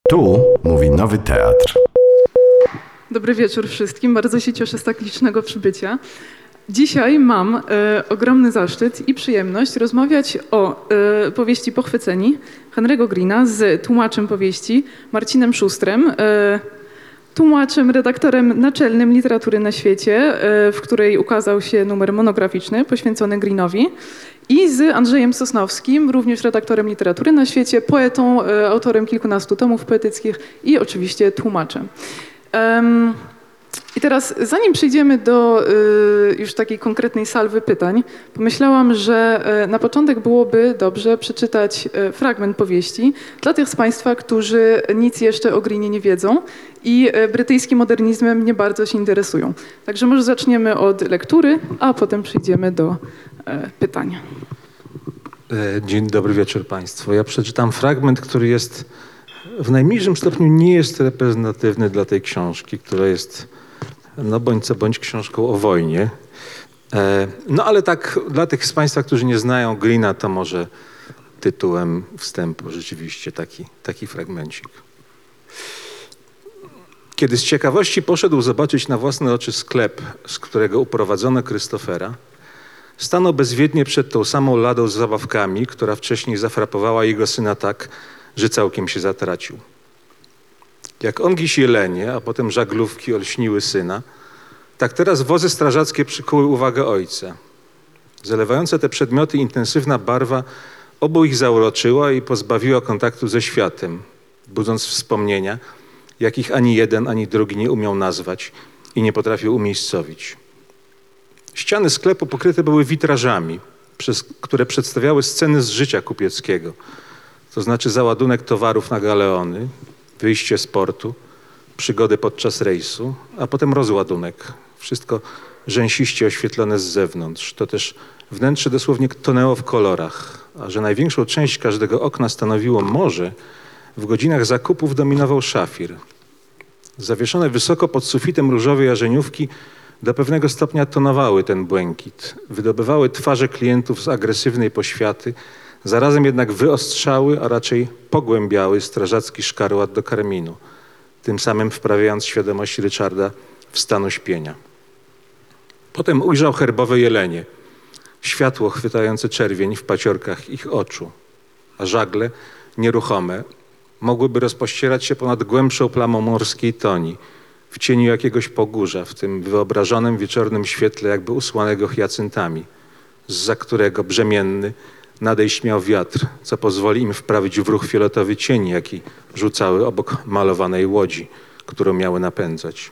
Tu mówi Nowy Teatr. Dobry wieczór wszystkim. Bardzo się cieszę z tak licznego przybycia. Dzisiaj mam ogromny zaszczyt i przyjemność rozmawiać o powieści Pochwyceni Henry'ego Greena z tłumaczem powieści Marcinem Szustrem, tłumaczem, redaktorem naczelnym Literatury na świecie, w której ukazał się numer monograficzny poświęcony Greenowi, i z Andrzejem Sosnowskim, również redaktorem Literatury na świecie, poetą, autorem kilkunastu tomów poetyckich i oczywiście tłumaczem. I teraz, zanim przejdziemy do już takiej konkretnej salwy pytań, pomyślałam, że na początek byłoby dobrze przeczytać fragment powieści dla tych z Państwa, którzy nic jeszcze o Greenie nie wiedzą i brytyjskim modernizmem nie bardzo się interesują. Także może zaczniemy od lektury, a potem przejdziemy do pytań. Dzień dobry wieczór Państwu. Ja przeczytam fragment, który jest w najmniejszym stopniu nie jest reprezentatywny dla tej książki, która jest no bądź co bądź książką o wojnie. No ale tak dla tych z Państwa, którzy nie znają Greena, to może tytułem wstępu rzeczywiście taki fragmencik. Kiedy z ciekawości poszedł zobaczyć na własne oczy sklep, z którego uprowadzono Christophera, stanął bezwiednie przed tą samą ladą z zabawkami, która wcześniej zafrapowała jego syna tak, że całkiem się zatracił. Jak ongiś jelenie, a potem żaglówki olśniły syna, tak teraz wozy strażackie przykuły uwagę ojca. Zalewające te przedmioty intensywna barwa obu ich zauroczyła i pozbawiła kontaktu ze światem, budząc wspomnienia, jakich ani jeden, ani drugi nie umiał nazwać i nie potrafił umiejscowić. Ściany sklepu pokryte były witrażami, które przedstawiały sceny z życia kupieckiego, to znaczy załadunek towarów na galeony, wyjście z portu, przygody podczas rejsu, a potem rozładunek. Wszystko rzęsiście oświetlone z zewnątrz. To też wnętrze dosłownie tonęło w kolorach, a że największą część każdego okna stanowiło morze, w godzinach zakupów dominował szafir. Zawieszone wysoko pod sufitem różowe jarzeniówki do pewnego stopnia tonowały ten błękit, wydobywały twarze klientów z agresywnej poświaty, zarazem jednak wyostrzały, a raczej pogłębiały strażacki szkarłat do karminu, tym samym wprawiając świadomość Richarda w stan uśpienia. Potem ujrzał herbowe jelenie, światło chwytające czerwień w paciorkach ich oczu, a żagle, nieruchome, mogłyby rozpościerać się ponad głębszą plamą morskiej toni, w cieniu jakiegoś pogórza, w tym wyobrażonym wieczornym świetle jakby usłanego hiacyntami, zza którego brzemienny nadejść miał wiatr, co pozwoli im wprawić w ruch fioletowy cień, jaki rzucały obok malowanej łodzi, którą miały napędzać.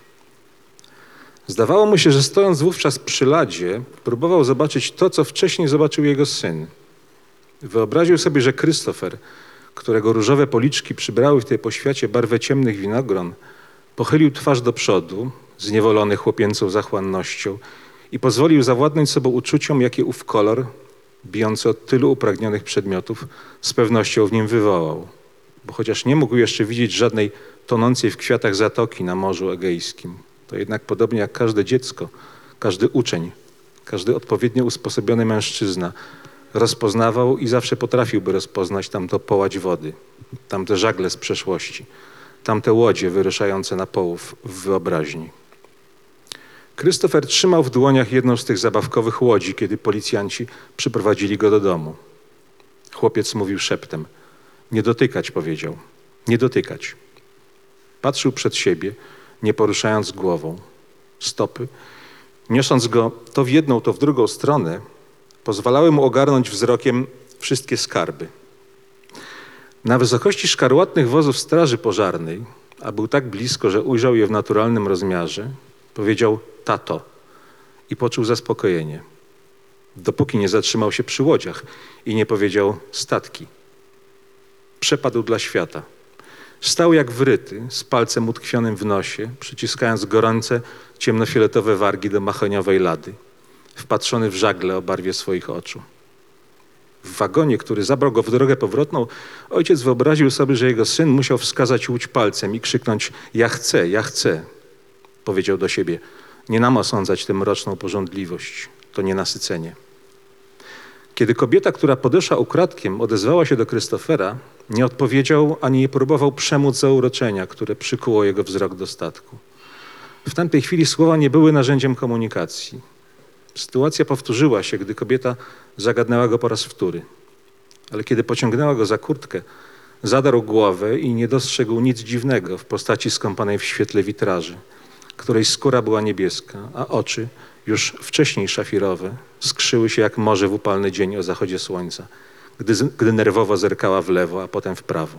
Zdawało mu się, że stojąc wówczas przy ladzie, próbował zobaczyć to, co wcześniej zobaczył jego syn. Wyobraził sobie, że Christopher, którego różowe policzki przybrały w tej poświacie barwę ciemnych winogron, pochylił twarz do przodu, zniewolony chłopięcą zachłannością, i pozwolił zawładnąć sobą uczuciom, jakie ów kolor, bijący od tylu upragnionych przedmiotów, z pewnością w nim wywołał. Bo chociaż nie mógł jeszcze widzieć żadnej tonącej w kwiatach zatoki na Morzu Egejskim, to jednak podobnie jak każde dziecko, każdy uczeń, każdy odpowiednio usposobiony mężczyzna rozpoznawał i zawsze potrafiłby rozpoznać tamto połać wody, tamte żagle z przeszłości, tamte łodzie wyruszające na połów w wyobraźni. Christopher trzymał w dłoniach jedną z tych zabawkowych łodzi, kiedy policjanci przyprowadzili go do domu. Chłopiec mówił szeptem. Nie dotykać, powiedział. Nie dotykać. Patrzył przed siebie, nie poruszając głową. Stopy, niosąc go to w jedną, to w drugą stronę, pozwalały mu ogarnąć wzrokiem wszystkie skarby. Na wysokości szkarłatnych wozów straży pożarnej, a był tak blisko, że ujrzał je w naturalnym rozmiarze, powiedział tato i poczuł zaspokojenie. Dopóki nie zatrzymał się przy łodziach i nie powiedział statki. Przepadł dla świata. Stał jak wryty, z palcem utkwionym w nosie, przyciskając gorące, ciemnofioletowe wargi do mahoniowej lady, wpatrzony w żagle o barwie swoich oczu. W wagonie, który zabrał go w drogę powrotną, ojciec wyobraził sobie, że jego syn musiał wskazać łódź palcem i krzyknąć ja chcę, ja chcę. Powiedział do siebie, nie nam osądzać tę mroczną pożądliwość, to nienasycenie. Kiedy kobieta, która podeszła ukradkiem, odezwała się do Christophera, nie odpowiedział ani nie próbował przemóc zauroczenia, które przykuło jego wzrok do statku. W tamtej chwili słowa nie były narzędziem komunikacji. Sytuacja powtórzyła się, gdy kobieta zagadnęła go po raz wtóry. Ale kiedy pociągnęła go za kurtkę, zadarł głowę i nie dostrzegł nic dziwnego w postaci skąpanej w świetle witraży, której skóra była niebieska, a oczy, już wcześniej szafirowe, skrzyły się jak morze w upalny dzień o zachodzie słońca, gdy nerwowo zerkała w lewo, a potem w prawo.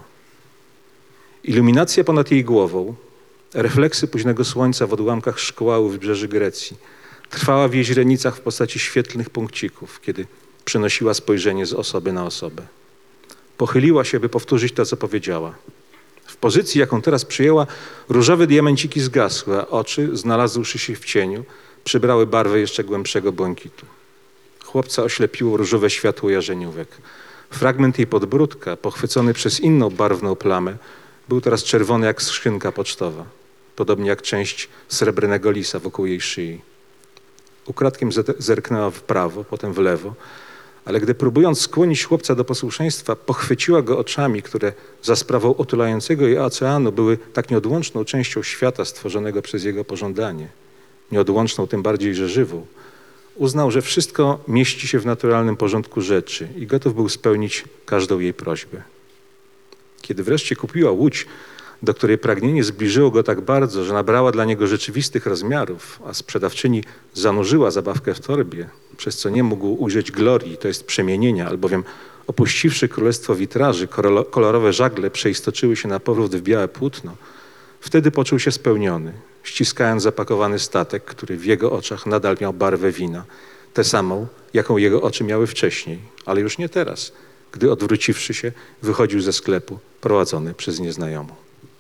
Iluminacja ponad jej głową, refleksy późnego słońca w odłamkach szkłału wybrzeży Grecji, trwała w jej źrenicach w postaci świetlnych punkcików, kiedy przenosiła spojrzenie z osoby na osobę. Pochyliła się, by powtórzyć to, co powiedziała. W pozycji, jaką teraz przyjęła, różowe diamenciki zgasły, a oczy, znalazłszy się w cieniu, przybrały barwę jeszcze głębszego błękitu. Chłopca oślepiło różowe światło jarzeniówek. Fragment jej podbródka, pochwycony przez inną barwną plamę, był teraz czerwony jak skrzynka pocztowa, podobnie jak część srebrnego lisa wokół jej szyi. Ukradkiem zerknęła w prawo, potem w lewo, ale gdy próbując skłonić chłopca do posłuszeństwa, pochwyciła go oczami, które za sprawą otulającego jej oceanu były tak nieodłączną częścią świata stworzonego przez jego pożądanie, nieodłączną tym bardziej, że żywą, uznał, że wszystko mieści się w naturalnym porządku rzeczy i gotów był spełnić każdą jej prośbę. Kiedy wreszcie kupiła łódź, do której pragnienie zbliżyło go tak bardzo, że nabrała dla niego rzeczywistych rozmiarów, a sprzedawczyni zanurzyła zabawkę w torbie, przez co nie mógł ujrzeć glorii, to jest przemienienia, albowiem opuściwszy królestwo witraży, kolorowe żagle przeistoczyły się na powrót w białe płótno, wtedy poczuł się spełniony, ściskając zapakowany statek, który w jego oczach nadal miał barwę wina, tę samą, jaką jego oczy miały wcześniej, ale już nie teraz, gdy odwróciwszy się, wychodził ze sklepu prowadzony przez nieznajomą.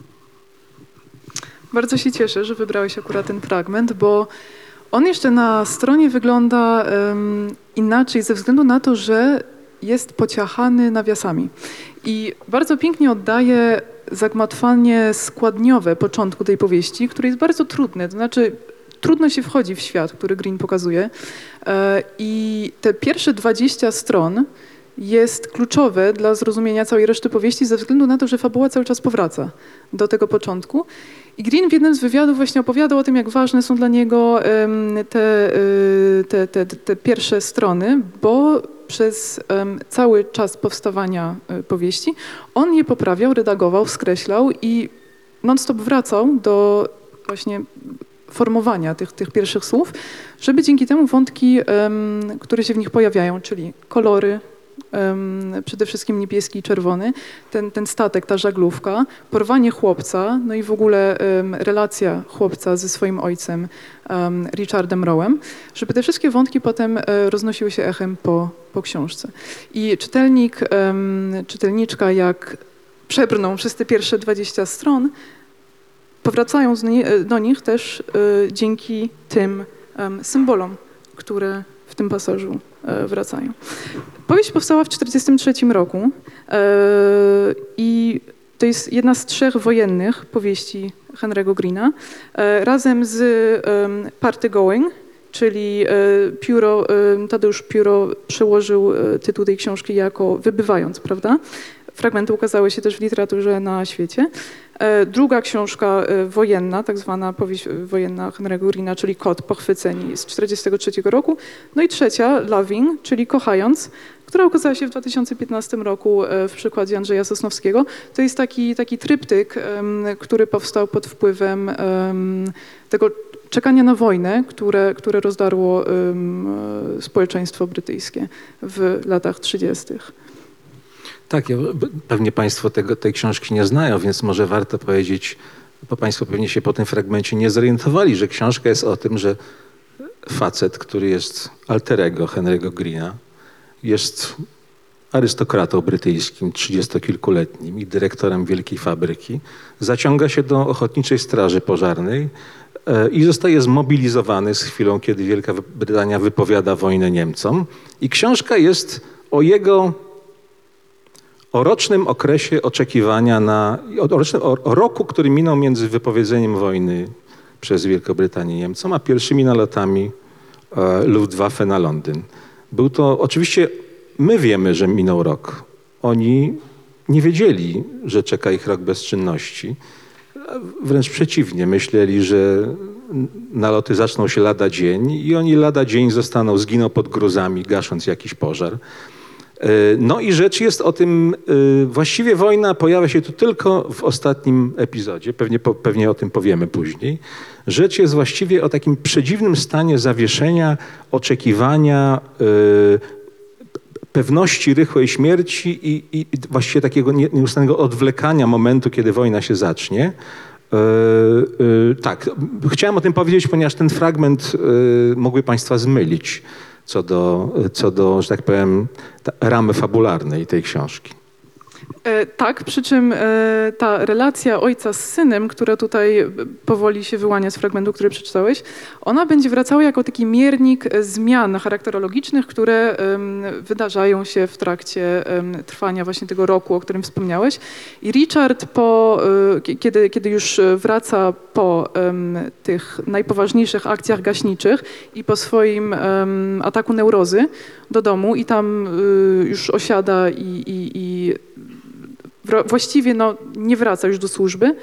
Bardzo się cieszę, że wybrałeś akurat ten fragment, bo on jeszcze na stronie wygląda inaczej ze względu na to, że jest pociachany nawiasami. I bardzo pięknie oddaje zagmatwanie składniowe początku tej powieści, które jest bardzo trudne. To znaczy trudno się wchodzi w świat, który Green pokazuje. I te pierwsze 20 stron jest kluczowe dla zrozumienia całej reszty powieści ze względu na to, że fabuła cały czas powraca do tego początku. I Green w jednym z wywiadów właśnie opowiadał o tym, jak ważne są dla niego te pierwsze strony, bo przez cały czas powstawania powieści on je poprawiał, redagował, skreślał i non-stop wracał do właśnie formowania tych pierwszych słów, żeby dzięki temu wątki, które się w nich pojawiają, czyli kolory, przede wszystkim niebieski i czerwony, ten statek, ta żaglówka, porwanie chłopca, no i w ogóle relacja chłopca ze swoim ojcem Richardem Rowem, żeby te wszystkie wątki potem roznosiły się echem po książce. I czytelniczka jak przebrną przez te pierwsze 20 stron, powracają do nich też dzięki tym symbolom, które w tym pasażu wracają. Powieść powstała w 1943 roku i to jest jedna z 3 wojennych powieści Henry'ego Greena, razem z Party Going, czyli Tadeusz Pióro przełożył tytuł tej książki jako Wybywając, prawda? Fragmenty ukazały się też w literaturze na świecie. Druga książka wojenna, tak zwana powieść wojenna Henry'ego Greena, czyli Kot, Pochwyceni z 1943 roku. No i trzecia, Loving, czyli Kochając, która ukazała się w 2015 roku w przykładzie Andrzeja Sosnowskiego. To jest taki tryptyk, który powstał pod wpływem tego czekania na wojnę, które rozdarło społeczeństwo brytyjskie w latach 30. Tak, pewnie Państwo tej książki nie znają, więc może warto powiedzieć, bo Państwo pewnie się po tym fragmencie nie zorientowali, że książka jest o tym, że facet, który jest alter ego Henry'ego Greena, jest arystokratą brytyjskim, 30-kilkuletnim i dyrektorem wielkiej fabryki, zaciąga się do Ochotniczej Straży Pożarnej i zostaje zmobilizowany z chwilą, kiedy Wielka Brytania wypowiada wojnę Niemcom. I książka jest o rocznym okresie oczekiwania o roku, który minął między wypowiedzeniem wojny przez Wielką Brytanię Niemcom, a pierwszymi nalotami Luftwaffe na Londyn. Był to oczywiście my wiemy, że minął rok. Oni nie wiedzieli, że czeka ich rok bezczynności. Wręcz przeciwnie, myśleli, że naloty zaczną się lada dzień i oni lada dzień zginą pod gruzami, gasząc jakiś pożar. No i rzecz jest o tym, właściwie wojna pojawia się tu tylko w ostatnim epizodzie, pewnie o tym powiemy później. Rzecz jest właściwie o takim przedziwnym stanie zawieszenia, oczekiwania, pewności rychłej śmierci i właściwie takiego nieustannego odwlekania momentu, kiedy wojna się zacznie. Tak, chciałem o tym powiedzieć, ponieważ ten fragment mógłby Państwa zmylić co do, że tak powiem, ramy fabularnej tej książki. Tak, przy czym ta relacja ojca z synem, która tutaj powoli się wyłania z fragmentu, który przeczytałeś, ona będzie wracała jako taki miernik zmian charakterologicznych, które wydarzają się w trakcie trwania właśnie tego roku, o którym wspomniałeś. I Richard kiedy już wraca po tych najpoważniejszych akcjach gaśniczych i po swoim ataku neurozy do domu i tam już osiada i właściwie nie wraca już do służby.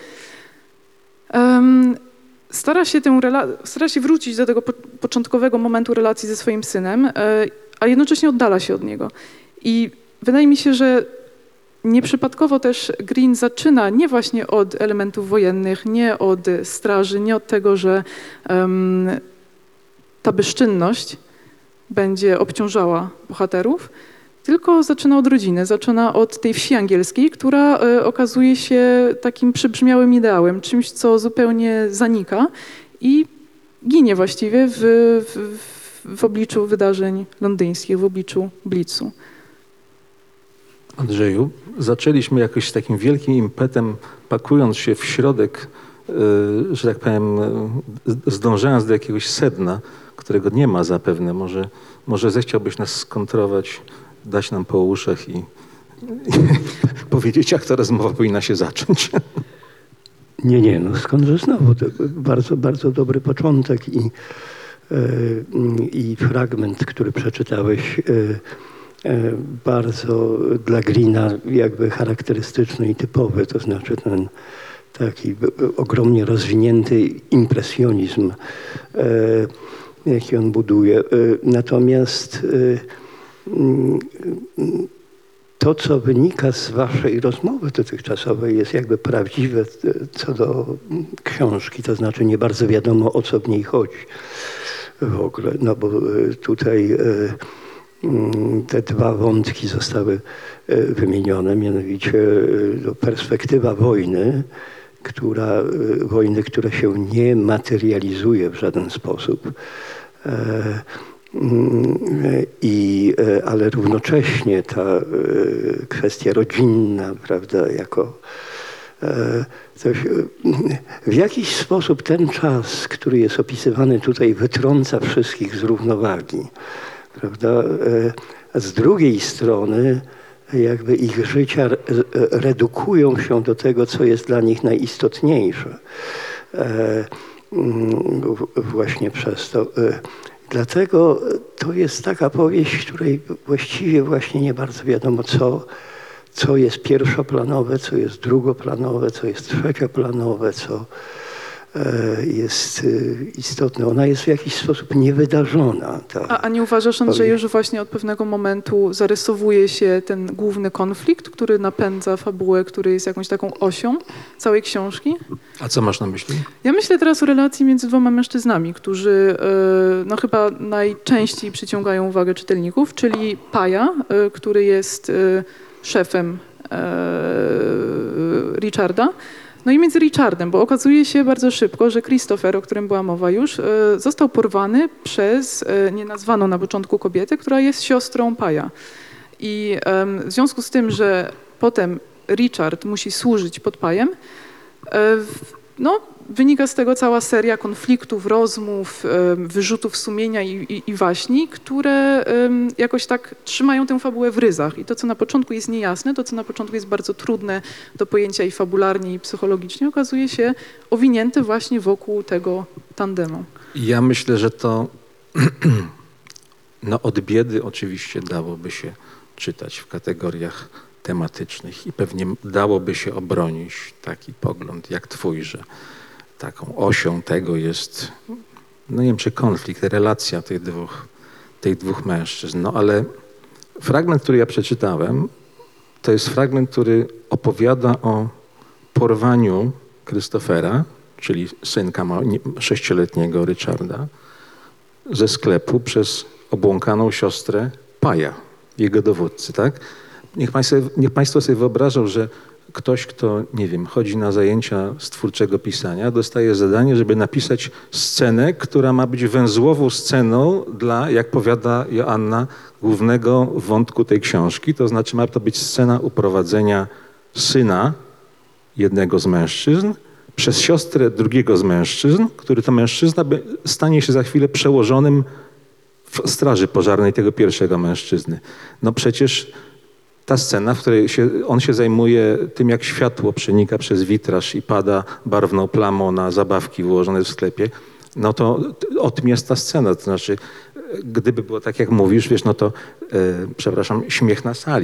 Stara się wrócić do tego początkowego momentu relacji ze swoim synem, a jednocześnie oddala się od niego. I wydaje mi się, że nieprzypadkowo też Green zaczyna nie właśnie od elementów wojennych, nie od straży, nie od tego, że ta bezczynność będzie obciążała bohaterów, tylko zaczyna od rodziny, zaczyna od tej wsi angielskiej, która okazuje się takim przybrzmiałym ideałem, czymś, co zupełnie zanika i ginie właściwie w obliczu wydarzeń londyńskich, w obliczu Blitzu. Andrzeju, zaczęliśmy jakoś z takim wielkim impetem, pakując się w środek, że tak powiem, zdążając do jakiegoś sedna, którego nie ma zapewne. Może zechciałbyś nas skontrować, dać nam po uszach i powiedzieć, jak ta rozmowa powinna się zacząć. Nie, no skądże znowu. To bardzo, bardzo dobry początek i fragment, który przeczytałeś, bardzo dla Greena jakby charakterystyczny i typowy, to znaczy ten taki ogromnie rozwinięty impresjonizm, jaki on buduje. Natomiast to, co wynika z waszej rozmowy dotychczasowej, jest jakby prawdziwe co do książki, to znaczy nie bardzo wiadomo, o co w niej chodzi w ogóle, no bo tutaj te dwa wątki zostały wymienione, mianowicie perspektywa wojny, która się nie materializuje w żaden sposób, ale równocześnie ta kwestia rodzinna, prawda, jako coś, w jakiś sposób ten czas, który jest opisywany tutaj, wytrąca wszystkich z równowagi, prawda? A z drugiej strony jakby ich życia redukują się do tego, co jest dla nich najistotniejsze. Właśnie przez to. Dlatego to jest taka powieść, której właściwie właśnie nie bardzo wiadomo, co jest pierwszoplanowe, co jest drugoplanowe, co jest trzecioplanowe, co jest istotne. Ona jest w jakiś sposób niewydarzona. A nie uważasz, Andrzeju, że właśnie od pewnego momentu zarysowuje się ten główny konflikt, który napędza fabułę, który jest jakąś taką osią całej książki? A co masz na myśli? Ja myślę teraz o relacji między dwoma mężczyznami, którzy chyba najczęściej przyciągają uwagę czytelników, czyli Paja, który jest szefem Richarda. No i między Richardem, bo okazuje się bardzo szybko, że Christopher, o którym była mowa już, został porwany przez nienazwaną na początku kobietę, która jest siostrą Paja. I w związku z tym, że potem Richard musi służyć pod Pajem, wynika z tego cała seria konfliktów, rozmów, wyrzutów sumienia i waśni, które jakoś tak trzymają tę fabułę w ryzach. I to, co na początku jest niejasne, to, co na początku jest bardzo trudne do pojęcia i fabularnie, i psychologicznie, okazuje się owinięte właśnie wokół tego tandemu. Ja myślę, że to od biedy oczywiście dałoby się czytać w kategoriach tematycznych i pewnie dałoby się obronić taki pogląd jak twój, że taką osią tego jest, no nie wiem czy konflikt, relacja tych dwóch mężczyzn. No ale fragment, który ja przeczytałem, to jest fragment, który opowiada o porwaniu Christophera, czyli synka 6-letniego Richarda, ze sklepu przez obłąkaną siostrę Paja, jego dowódcy, tak? Niech Państwo sobie wyobrażą, że ktoś, kto, nie wiem, chodzi na zajęcia z twórczego pisania, dostaje zadanie, żeby napisać scenę, która ma być węzłową sceną dla, jak powiada Joanna, głównego wątku tej książki. To znaczy ma to być scena uprowadzenia syna jednego z mężczyzn przez siostrę drugiego z mężczyzn, który to mężczyzna stanie się za chwilę przełożonym w straży pożarnej tego pierwszego mężczyzny. No przecież ta scena, w której on się zajmuje tym, jak światło przenika przez witraż i pada barwną plamą na zabawki wyłożone w sklepie, no to o tym jest ta scena. To znaczy, gdyby było tak, jak mówisz, wiesz, no to, przepraszam, śmiech na sali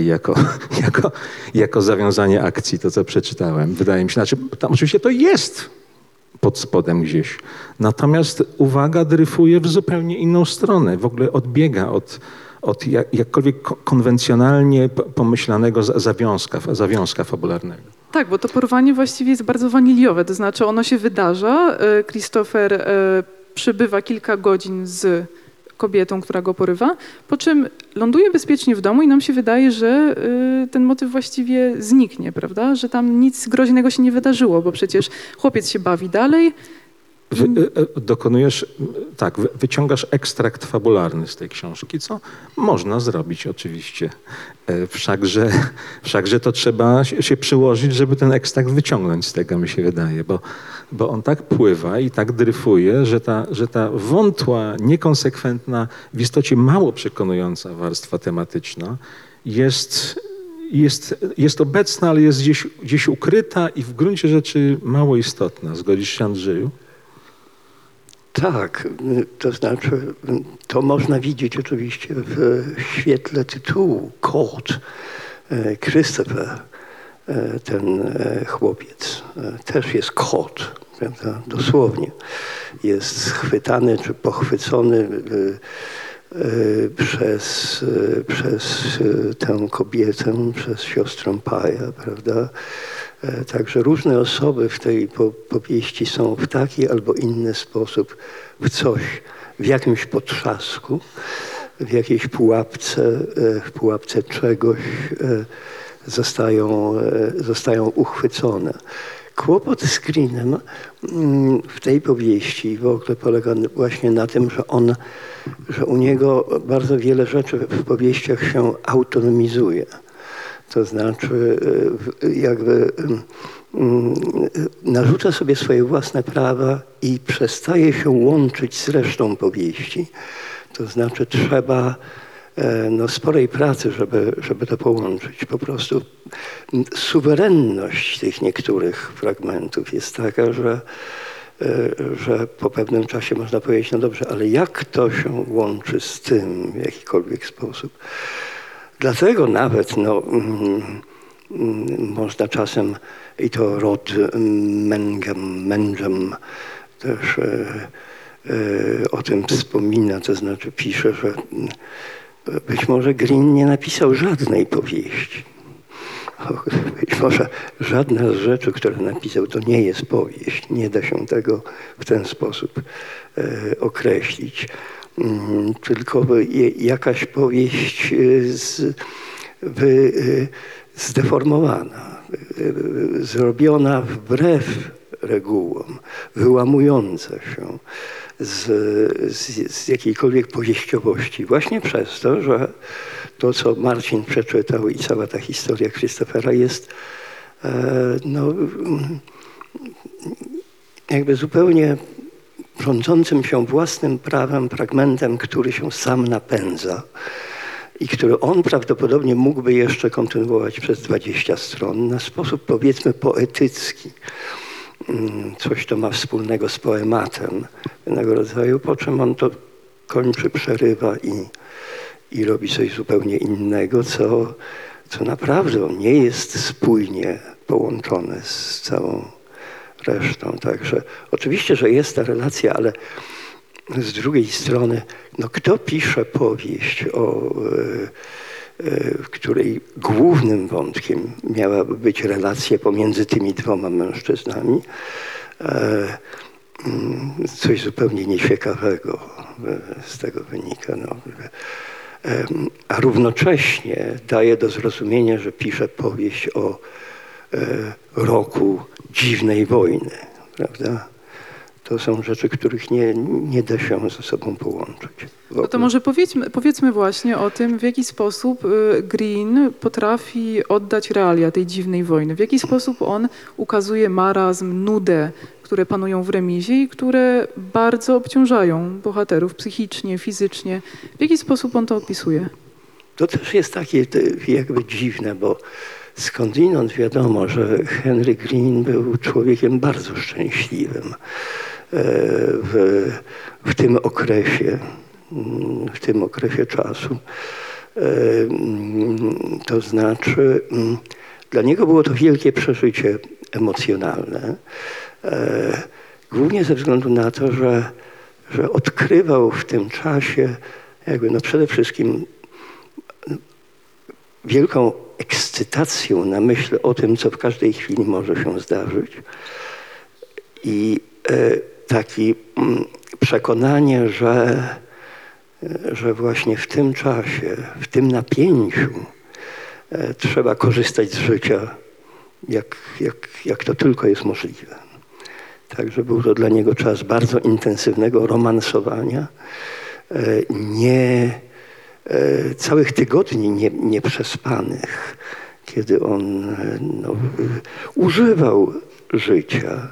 jako zawiązanie akcji, to co przeczytałem. Wydaje mi się, znaczy, tam oczywiście to jest pod spodem gdzieś. Natomiast uwaga dryfuje w zupełnie inną stronę. W ogóle odbiega od jakkolwiek konwencjonalnie pomyślanego zawiązka fabularnego. Tak, bo to porwanie właściwie jest bardzo waniliowe, to znaczy ono się wydarza, Christopher przybywa kilka godzin z kobietą, która go porywa, po czym ląduje bezpiecznie w domu i nam się wydaje, że ten motyw właściwie zniknie, prawda? Że tam nic groźnego się nie wydarzyło, bo przecież chłopiec się bawi dalej. Dokonujesz, tak, wyciągasz ekstrakt fabularny z tej książki, co można zrobić oczywiście. Wszakże to trzeba się przyłożyć, żeby ten ekstrakt wyciągnąć z tego, mi się wydaje, bo on tak pływa i tak dryfuje, że ta wątła, niekonsekwentna, w istocie mało przekonująca warstwa tematyczna jest obecna, ale jest gdzieś ukryta i w gruncie rzeczy mało istotna. Zgodzisz się, Andrzeju? Tak, to znaczy to można widzieć oczywiście w świetle tytułu Caught. Christopher, ten chłopiec, też jest caught, prawda? Dosłownie. Jest schwytany czy pochwycony przez tę kobietę, przez siostrę Paja, prawda? Także różne osoby w tej powieści są w taki albo inny sposób w jakimś potrzasku, w jakiejś pułapce czegoś zostają uchwycone. Kłopot z Greenem w tej powieści w ogóle polega właśnie na tym, że u niego bardzo wiele rzeczy w powieściach się autonomizuje. To znaczy jakby narzuca sobie swoje własne prawa i przestaje się łączyć z resztą powieści. To znaczy trzeba sporej pracy, żeby to połączyć. Po prostu suwerenność tych niektórych fragmentów jest taka, że po pewnym czasie można powiedzieć, no dobrze, ale jak to się łączy z tym w jakikolwiek sposób? Dlatego nawet można czasem, i to Rod Mangem też o tym wspomina, to znaczy pisze, że być może Green nie napisał żadnej powieści. Być może żadna z rzeczy, które napisał, to nie jest powieść. Nie da się tego w ten sposób określić. Tylko jakaś powieść zdeformowana, zrobiona wbrew regułom, wyłamująca się z jakiejkolwiek powieściowości. Właśnie przez to, że to, co Marcin przeczytał i cała ta historia Christophera jest jakby zupełnie rządzącym się własnym prawem fragmentem, który się sam napędza i który on prawdopodobnie mógłby jeszcze kontynuować przez 20 stron na sposób, powiedzmy, poetycki. Coś to ma wspólnego z poematem pewnego rodzaju, po czym on to kończy, przerywa i robi coś zupełnie innego, co naprawdę nie jest spójnie połączone z całą resztą. Także oczywiście, że jest ta relacja, ale z drugiej strony, no kto pisze powieść, w której głównym wątkiem miałaby być relacja pomiędzy tymi dwoma mężczyznami, coś zupełnie nieciekawego z tego wynika. No. A równocześnie daje do zrozumienia, że pisze powieść o roku dziwnej wojny, prawda? To są rzeczy, których nie da się ze sobą połączyć. No to może powiedzmy właśnie o tym, w jaki sposób Green potrafi oddać realia tej dziwnej wojny. W jaki sposób on ukazuje marazm, nudę, które panują w remizie i które bardzo obciążają bohaterów psychicznie, fizycznie. W jaki sposób on to opisuje? To też jest takie jakby dziwne, bo skądinąd wiadomo, że Henry Green był człowiekiem bardzo szczęśliwym w tym okresie czasu. To znaczy, dla niego było to wielkie przeżycie emocjonalne, głównie ze względu na to, że odkrywał w tym czasie jakby no przede wszystkim wielką ekscytację na myśl o tym, co w każdej chwili może się zdarzyć i takie przekonanie, że właśnie w tym czasie, w tym napięciu trzeba korzystać z życia, jak to tylko jest możliwe. Także był to dla niego czas bardzo intensywnego romansowania, całych tygodni nieprzespanych, kiedy on używał życia,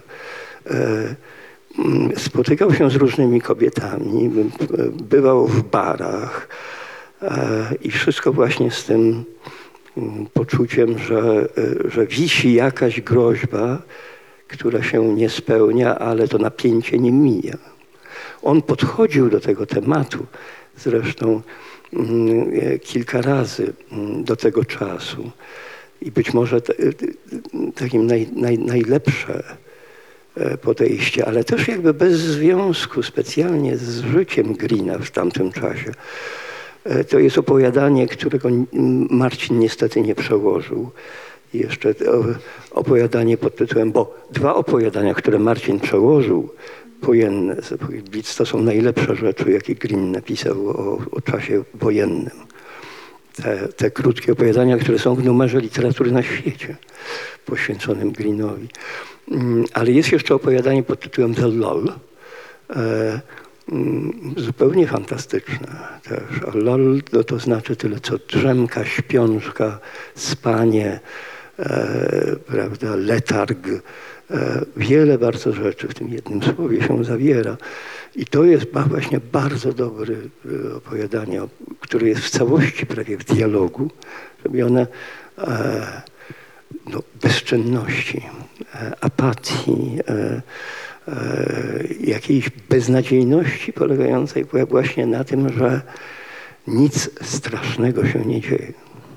spotykał się z różnymi kobietami, bywał w barach i wszystko właśnie z tym poczuciem, że wisi jakaś groźba, która się nie spełnia, ale to napięcie nie mija. On podchodził do tego tematu, zresztą kilka razy do tego czasu i być może takim najlepsze podejście, ale też jakby bez związku specjalnie z życiem Greena w tamtym czasie. To jest opowiadanie, którego Marcin niestety nie przełożył. I jeszcze opowiadanie pod tytułem, bo dwa opowiadania, które Marcin przełożył, wojenne, to są najlepsze rzeczy, jakie Green napisał o czasie wojennym. Te krótkie opowiadania, które są w numerze literatury na świecie poświęconym Greenowi. Ale jest jeszcze opowiadanie pod tytułem The Lull, zupełnie fantastyczne też. A lull to znaczy tyle, co drzemka, śpiączka, spanie, prawda, letarg. Wiele bardzo rzeczy w tym jednym słowie się zawiera. I to jest właśnie bardzo dobre opowiadanie, które jest w całości prawie w dialogu, robione bezczynności, apatii, jakiejś beznadziejności polegającej właśnie na tym, że nic strasznego się nie dzieje.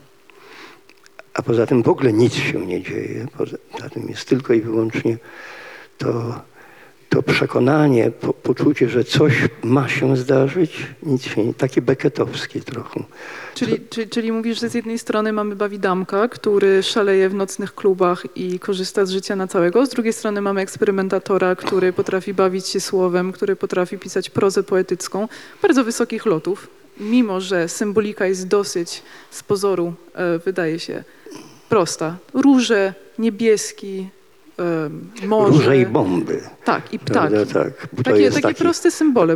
A poza tym w ogóle nic się nie dzieje. Poza tym jest tylko i wyłącznie to przekonanie, poczucie, że coś ma się zdarzyć, nic się nie, takie becketowskie trochę. Czyli mówisz, że z jednej strony mamy Bawidamka, który szaleje w nocnych klubach i korzysta z życia na całego, z drugiej strony mamy eksperymentatora, który potrafi bawić się słowem, który potrafi pisać prozę poetycką, bardzo wysokich lotów, mimo że symbolika jest dosyć z pozoru, wydaje się, prosta. Róże, niebieski, morze. Róże i bomby. Tak, i ptaki. Tak, takie proste symbole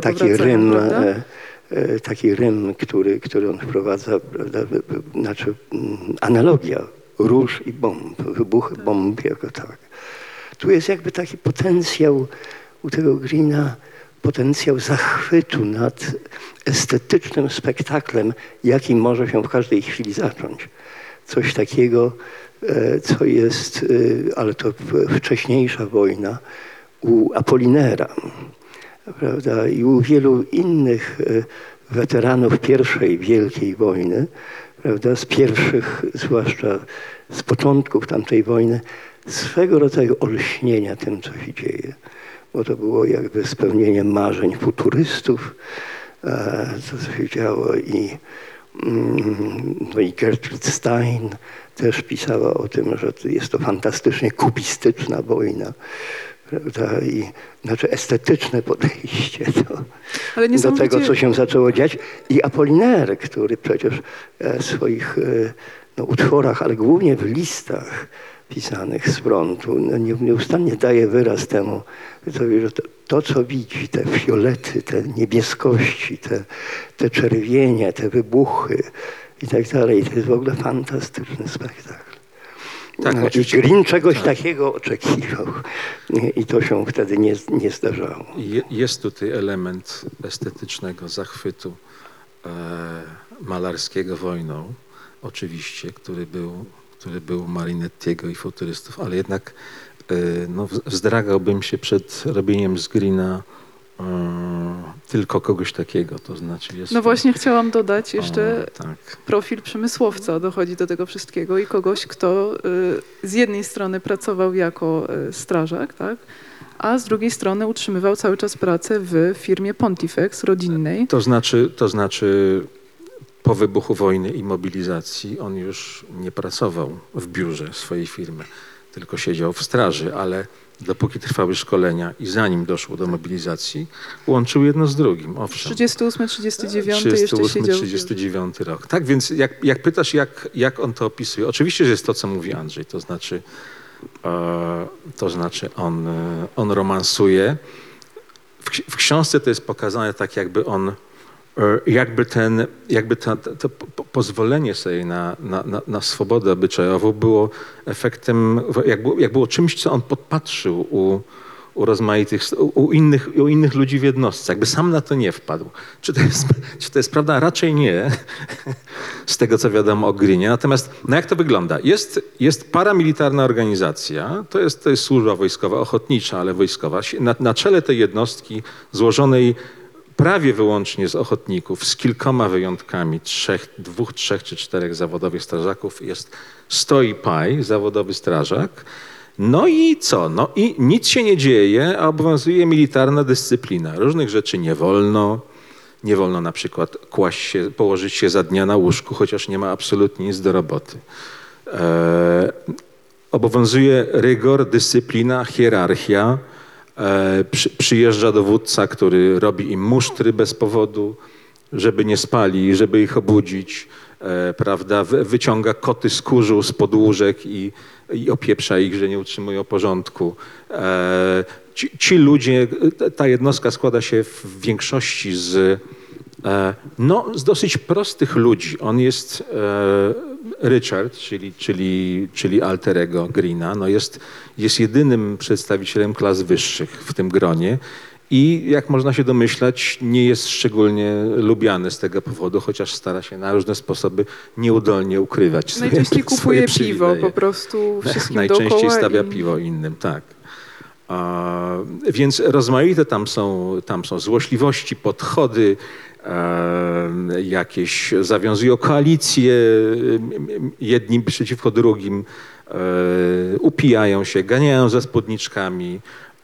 taki rym, który on wprowadza, prawda, znaczy analogia róż i bomb, wybuchy bomb jako tak. Tu jest jakby taki potencjał u tego Greena, potencjał zachwytu nad estetycznym spektaklem, jaki może się w każdej chwili zacząć. Coś takiego, co jest, ale to wcześniejsza wojna u Apollinera, prawda, i u wielu innych weteranów pierwszej wielkiej wojny, prawda, z pierwszych, zwłaszcza z początków tamtej wojny, swego rodzaju olśnienia tym, co się dzieje. Bo to było jakby spełnienie marzeń futurystów, co się działo i Gertrude Stein też pisała o tym, że jest to fantastycznie kubistyczna wojna, prawda? Znaczy estetyczne podejście do tego, co się zaczęło dziać. I Apollinaire, który przecież w swoich utworach, ale głównie w listach pisanych z frontu, nieustannie daje wyraz temu, że to, co widzi, te fiolety, te niebieskości, te czerwienie, te wybuchy i tak dalej, to jest w ogóle fantastyczny spektakl. Tak, I Green czegoś takiego oczekiwał i to się wtedy nie zdarzało. Jest tutaj element estetycznego zachwytu malarskiego wojną, oczywiście, który był Marinettiego i futurystów, ale jednak wzdragałbym się przed robieniem z Greena tylko kogoś takiego, to znaczy jest... No właśnie chciałam dodać jeszcze tak. Profil przemysłowca dochodzi do tego wszystkiego i kogoś, kto z jednej strony pracował jako strażak, tak, a z drugiej strony utrzymywał cały czas pracę w firmie Pontifex rodzinnej. To znaczy po wybuchu wojny i mobilizacji on już nie pracował w biurze swojej firmy, tylko siedział w straży, ale dopóki trwały szkolenia i zanim doszło do mobilizacji, łączył jedno z drugim, owszem. 38, 39 jeszcze siedział. 39 rok. Tak, więc jak pytasz, jak on to opisuje, oczywiście, że jest to, co mówi Andrzej, to znaczy on romansuje. W książce to jest pokazane tak, jakby on to pozwolenie sobie na swobodę obyczajową było efektem, jak było czymś, co on podpatrzył u rozmaitych, u innych ludzi w jednostce. Jakby sam na to nie wpadł. Czy to jest prawda? Raczej nie, z tego co wiadomo o Greenie. Natomiast jak to wygląda? Jest paramilitarna organizacja, to jest służba wojskowa, ochotnicza, ale wojskowa. Na czele tej jednostki złożonej prawie wyłącznie z ochotników, z kilkoma wyjątkami, 2, 3 czy 4 zawodowych strażaków stoi Paj, zawodowy strażak. No i co? No i nic się nie dzieje, a obowiązuje militarna dyscyplina. Różnych rzeczy nie wolno. Nie wolno na przykład położyć się za dnia na łóżku, chociaż nie ma absolutnie nic do roboty. Obowiązuje rygor, dyscyplina, hierarchia. Przyjeżdża dowódca, który robi im musztry bez powodu, żeby nie spali, żeby ich obudzić, prawda? Wyciąga koty z kurzu, z podłóżek i opieprza ich, że nie utrzymują porządku. Ci ludzie, ta jednostka składa się w większości z dosyć prostych ludzi. On jest Richard, czyli alter ego Greena, jest jedynym przedstawicielem klas wyższych w tym gronie i jak można się domyślać, nie jest szczególnie lubiany z tego powodu, chociaż stara się na różne sposoby nieudolnie ukrywać najczęściej kupuje piwo po prostu wszystkim najczęściej dookoła stawia piwo innym, tak. Więc rozmaite tam są złośliwości, podchody, jakieś zawiązują koalicje jedni przeciwko drugim, upijają się, ganiają za spódniczkami,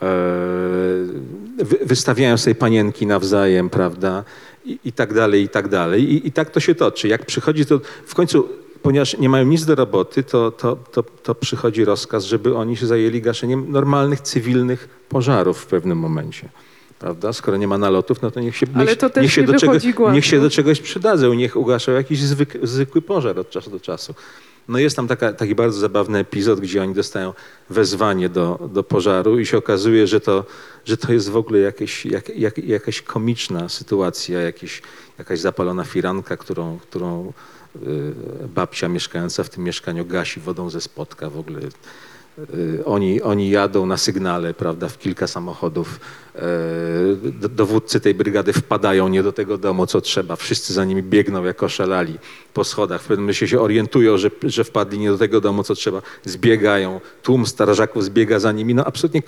wystawiają sobie panienki nawzajem, prawda, i tak dalej, i tak dalej. I tak to się toczy. Jak przychodzi to w końcu, ponieważ nie mają nic do roboty, to przychodzi rozkaz, żeby oni się zajęli gaszeniem normalnych, cywilnych pożarów w pewnym momencie. Prawda? Skoro nie ma nalotów, no to niech się do czegoś przydadzą, niech ugaszą jakiś zwykły pożar od czasu do czasu. No jest tam taki bardzo zabawny epizod, gdzie oni dostają wezwanie do pożaru i się okazuje, że to jest w ogóle jakaś komiczna sytuacja, jakaś zapalona firanka, którą babcia mieszkająca w tym mieszkaniu gasi wodą ze spotka w ogóle. Oni jadą na sygnale, prawda, w kilka samochodów. Dowódcy tej brygady wpadają nie do tego domu, co trzeba. Wszyscy za nimi biegną jak oszalali po schodach. W pewnym momencie się orientują, że wpadli nie do tego domu, co trzeba. Zbiegają. Tłum strażaków zbiega za nimi. No absolutnie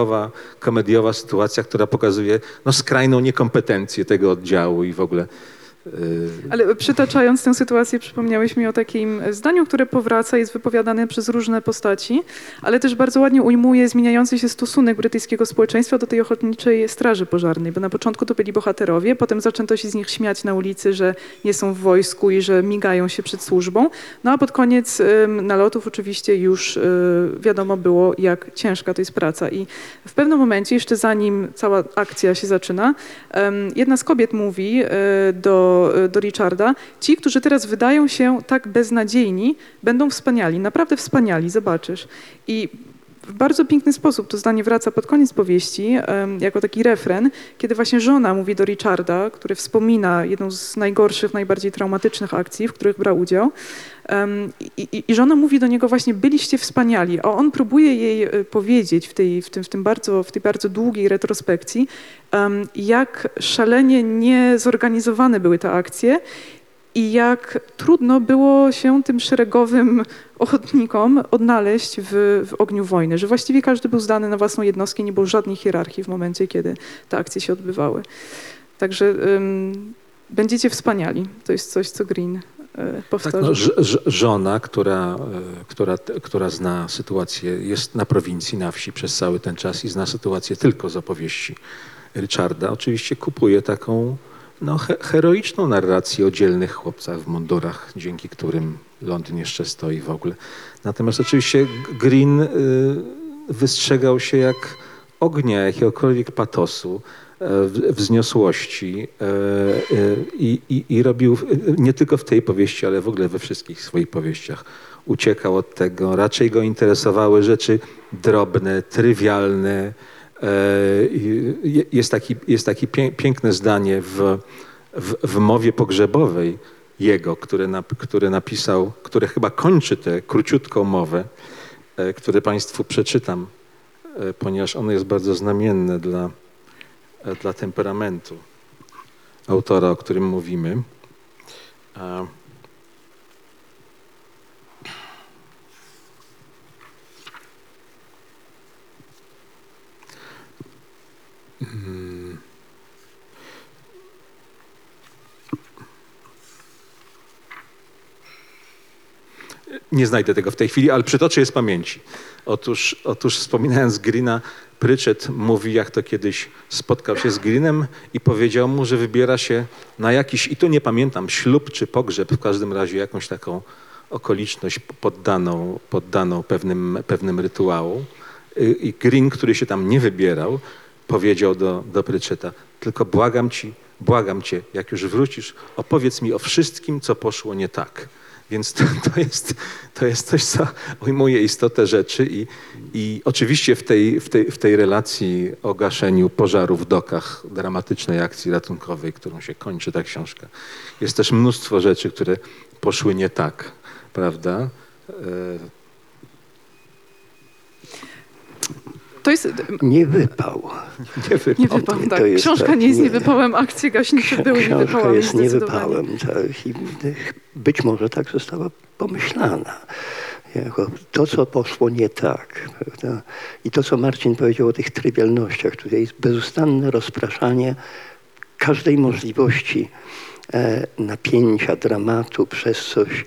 komediowa sytuacja, która pokazuje skrajną niekompetencję tego oddziału i w ogóle Ale przytaczając tę sytuację, przypomniałeś mi o takim zdaniu, które powraca, jest wypowiadane przez różne postaci, ale też bardzo ładnie ujmuje zmieniający się stosunek brytyjskiego społeczeństwa do tej ochotniczej straży pożarnej, bo na początku to byli bohaterowie, potem zaczęto się z nich śmiać na ulicy, że nie są w wojsku i że migają się przed służbą, no a pod koniec nalotów oczywiście już wiadomo było, jak ciężka to jest praca i w pewnym momencie, jeszcze zanim cała akcja się zaczyna, jedna z kobiet mówi do Richarda, ci, którzy teraz wydają się tak beznadziejni, będą wspaniali, naprawdę wspaniali, zobaczysz. I w bardzo piękny sposób to zdanie wraca pod koniec powieści, jako taki refren, kiedy właśnie żona mówi do Richarda, który wspomina jedną z najgorszych, najbardziej traumatycznych akcji, w których brał udział. I żona mówi do niego właśnie, byliście wspaniali, a on próbuje jej powiedzieć w tej bardzo długiej retrospekcji, jak szalenie niezorganizowane były te akcje i jak trudno było się tym szeregowym ochotnikom odnaleźć w ogniu wojny, że właściwie każdy był zdany na własną jednostkę, nie było żadnej hierarchii w momencie, kiedy te akcje się odbywały. Także będziecie wspaniali. To jest coś, co Green powtarza. Tak, żona, która zna sytuację, jest na prowincji, na wsi przez cały ten czas i zna sytuację tylko z opowieści Richarda, oczywiście kupuje taką heroiczną narrację o dzielnych chłopcach w mundurach, dzięki którym Londyn jeszcze stoi w ogóle. Natomiast oczywiście Green wystrzegał się jak ognia, jakiegokolwiek patosu, wzniosłości i robił nie tylko w tej powieści, ale w ogóle we wszystkich swoich powieściach. Uciekał od tego, raczej go interesowały rzeczy drobne, trywialne. Jest takie piękne zdanie w mowie pogrzebowej jego, które napisał, które chyba kończy tę króciutką mowę, które Państwu przeczytam, ponieważ ono jest bardzo znamienne dla temperamentu autora, o którym mówimy. Nie znajdę tego w tej chwili, ale przytoczę je z pamięci. Otóż wspominając Greena, Pritchett mówi, jak to kiedyś spotkał się z Greenem i powiedział mu, że wybiera się na jakiś, i tu nie pamiętam, ślub czy pogrzeb, w każdym razie jakąś taką okoliczność poddaną pewnym rytuałom. I Green, który się tam nie wybierał, powiedział do Pritchetta, tylko błagam cię, jak już wrócisz, opowiedz mi o wszystkim, co poszło nie tak. Więc to jest coś, co ujmuje istotę rzeczy i oczywiście w tej relacji o gaszeniu pożaru w dokach, dramatycznej akcji ratunkowej, którą się kończy ta książka, jest też mnóstwo rzeczy, które poszły nie tak, prawda? To jest... Nie wypał. Nie wypał, tak. Książka nie jest niewypałem, akcje gaśnicze były niewypałem. Książka jest niewypałem, tak. I być może tak została pomyślana. Jako to, co poszło nie tak. Prawda? I to, co Marcin powiedział o tych trywialnościach. Tutaj jest bezustanne rozpraszanie każdej możliwości napięcia, dramatu przez coś,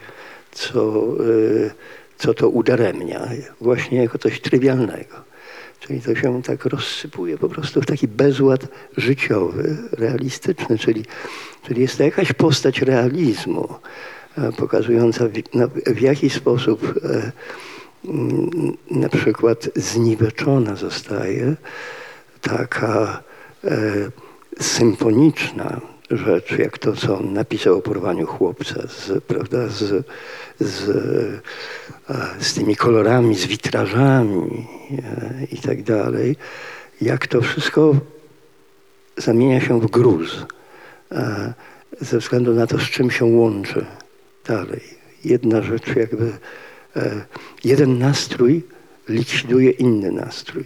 co to udaremnia. Właśnie jako coś trywialnego. Czyli to się tak rozsypuje po prostu w taki bezład życiowy, realistyczny, czyli jest to jakaś postać realizmu, pokazująca w jaki sposób na przykład zniweczona zostaje taka symfoniczna rzecz, jak to, co on napisał o porwaniu chłopca, z tymi kolorami, z witrażami i tak dalej, jak to wszystko zamienia się w gruz ze względu na to, z czym się łączy dalej. Jedna rzecz jakby, jeden nastrój likwiduje inny nastrój.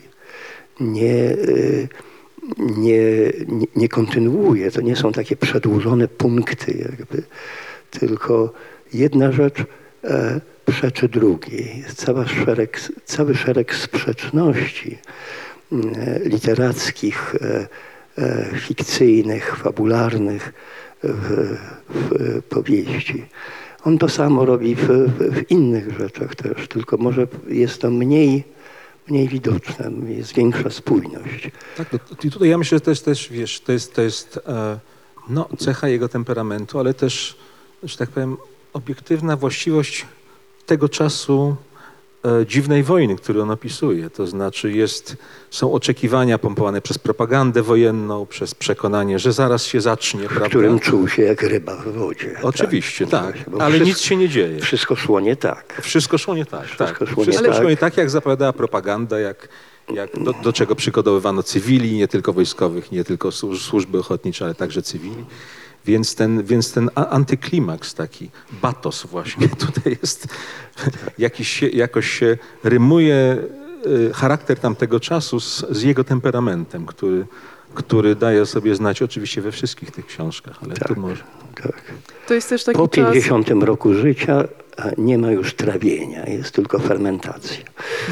Nie kontynuuje, to nie są takie przedłużone punkty jakby, tylko jedna rzecz przeczy drugiej. Jest cały szereg sprzeczności literackich, fikcyjnych, fabularnych, w powieści. On to samo robi w innych rzeczach też, tylko może jest to mniej widoczne, jest większa spójność. Tak, i tutaj ja myślę, że to jest też, wiesz, to jest no, cecha jego temperamentu, ale też, że tak powiem, obiektywna właściwość tego czasu dziwnej wojny, który on opisuje. To znaczy są oczekiwania pompowane przez propagandę wojenną, przez przekonanie, że zaraz się zacznie, W którym czuł się jak ryba w wodzie. Oczywiście, tak. Bo Ale nic się nie dzieje. Wszystko szło nie tak. Wszystko szło nie tak. Wszystko Szło nie tak, jak zapowiadała propaganda, do czego przygotowywano cywili, nie tylko wojskowych, nie tylko służby ochotnicze, ale także cywili. Więc ten antyklimaks, taki batos właśnie tutaj jest, jakoś się rymuje charakter tamtego czasu z jego temperamentem, który daje sobie znać oczywiście we wszystkich tych książkach, ale Tak, tu może... tak. To jest też taki Po czas... 50 roku życia nie ma już trawienia, jest tylko fermentacja.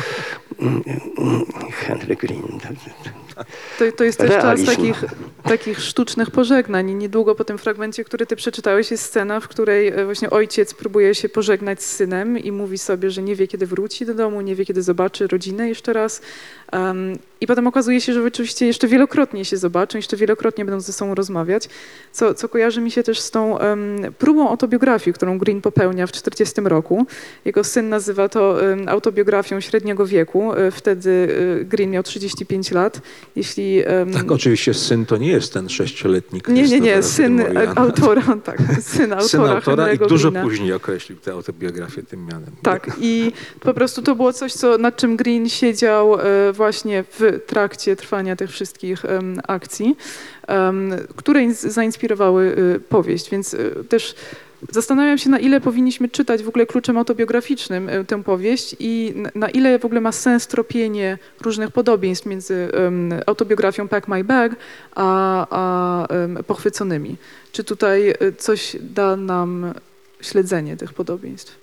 Henry Green. To jest też Realizm. czas takich sztucznych pożegnań. I niedługo po tym fragmencie, który ty przeczytałeś, jest scena, w której właśnie ojciec próbuje się pożegnać z synem i mówi sobie, że nie wie, kiedy wróci do domu, nie wie, kiedy zobaczy rodzinę jeszcze raz. I potem okazuje się, że oczywiście jeszcze wielokrotnie się zobaczą, jeszcze wielokrotnie będą ze sobą rozmawiać, co kojarzy mi się też z tą próbą autobiografii, którą Green popełnia w 40 roku. Jego syn nazywa to autobiografią średniego wieku. Wtedy Green miał 35 lat. Jeśli, Tak, oczywiście syn to nie jest ten 6-letni Nie, syn autora, tak, syn autora i Henry'ego dużo Greena. Później określił tę autobiografię tym mianem. Tak, i po prostu to było coś, nad czym Green siedział właśnie w trakcie trwania tych wszystkich akcji, które zainspirowały powieść, więc też zastanawiam się, na ile powinniśmy czytać w ogóle kluczem autobiograficznym tę powieść i na ile w ogóle ma sens tropienie różnych podobieństw między autobiografią Pack My Bag a Pochwyconymi. Czy tutaj coś da nam śledzenie tych podobieństw?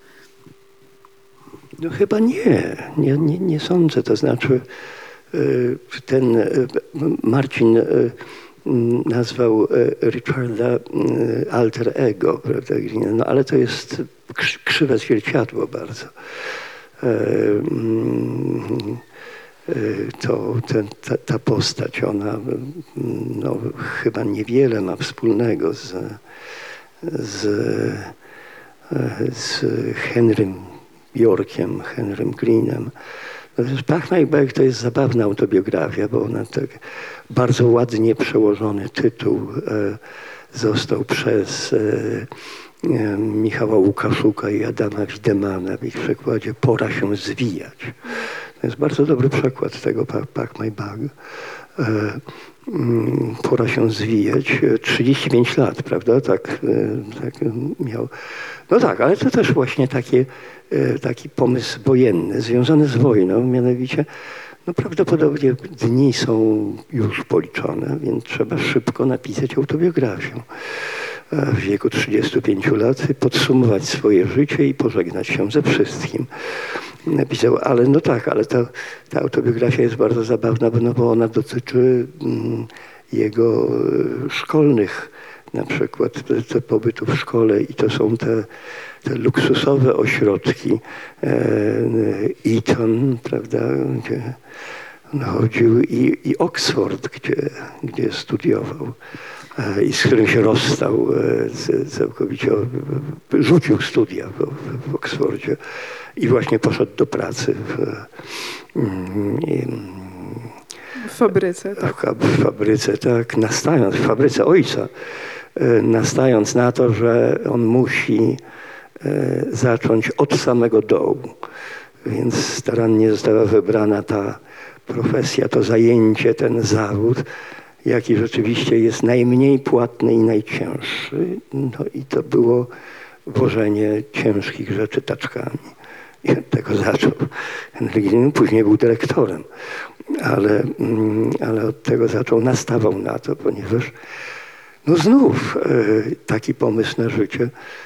No chyba nie sądzę. To znaczy ten Marcin nazwał Richarda alter ego, prawda? No ale to jest krzywe zwierciadło bardzo. Ta postać, ona no, chyba niewiele ma wspólnego z Henrym Yorkiem, Henrym Greenem. Pack My Bag to jest zabawna autobiografia, bo ona tak bardzo ładnie przełożony tytuł został przez Michała Łukaszuka i Adama Widemana w ich przekładzie Pora się zwijać. To jest bardzo dobry przekład tego Pack My Bag. Pora się zwijać. 35 lat, prawda? Tak miał. No tak, ale to też właśnie taki pomysł wojenny, związany z wojną, mianowicie no prawdopodobnie dni są już policzone, więc trzeba szybko napisać autobiografię w wieku 35 lat, podsumować swoje życie i pożegnać się ze wszystkim. Napisał, ale no tak, ale ta autobiografia jest bardzo zabawna, bo ona dotyczy jego szkolnych na przykład pobytu w szkole i to są te luksusowe ośrodki Eton, prawda, gdzie on chodził i Oxford, gdzie studiował i z którym się rozstał całkowicie, rzucił studia w Oksfordzie i właśnie poszedł do pracy W fabryce, tak. W fabryce, tak, w fabryce ojca, nastając na to, że on musi zacząć od samego dołu. Więc starannie została wybrana ta profesja, to zajęcie, ten zawód, jaki rzeczywiście jest najmniej płatny i najcięższy. No i to było wożenie ciężkich rzeczy taczkami. I od tego zaczął. Henry Green później był dyrektorem, ale od tego zaczął, nastawał na to, ponieważ no znów taki pomysł na życie.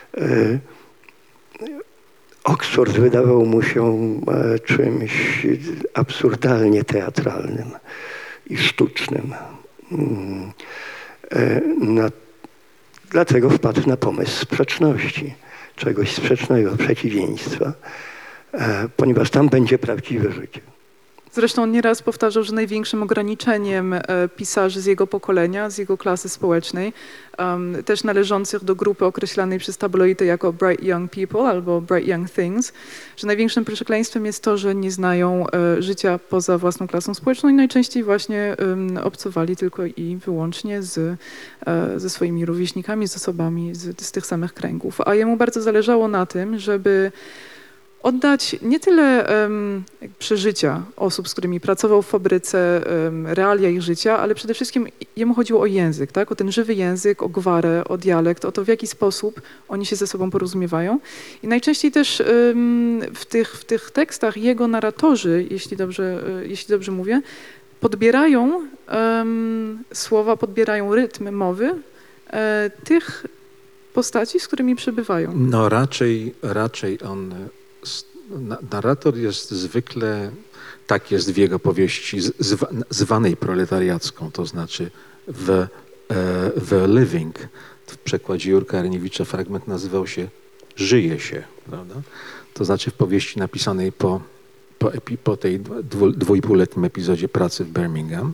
Oxford wydawał mu się czymś absurdalnie teatralnym i sztucznym. dlatego wpadł na pomysł sprzeczności, czegoś sprzecznego, przeciwieństwa, ponieważ tam będzie prawdziwe życie. Zresztą on nieraz powtarzał, że największym ograniczeniem pisarzy z jego pokolenia, z jego klasy społecznej, też należących do grupy określanej przez tabloidy jako bright young people albo bright young things, że największym przekleństwem jest to, że nie znają życia poza własną klasą społeczną i najczęściej właśnie obcowali tylko i wyłącznie ze swoimi rówieśnikami, z osobami z tych samych kręgów. A jemu bardzo zależało na tym, żeby oddać nie tyle przeżycia osób, z którymi pracował w fabryce, realia ich życia, ale przede wszystkim jemu chodziło o język, tak? O ten żywy język, o gwarę, o dialekt, o to, w jaki sposób oni się ze sobą porozumiewają. I najczęściej też w tych tekstach jego narratorzy, jeśli dobrze mówię, podbierają słowa, podbierają rytm mowy tych postaci, z którymi przebywają. No raczej on... Narrator jest zwykle, tak jest w jego powieści, zwanej proletariacką, to znaczy the living. W przekładzie Jurka Erniewicza fragment nazywał się Żyje się, prawda? To znaczy w powieści napisanej po tej dwójpółletnim epizodzie pracy w Birmingham.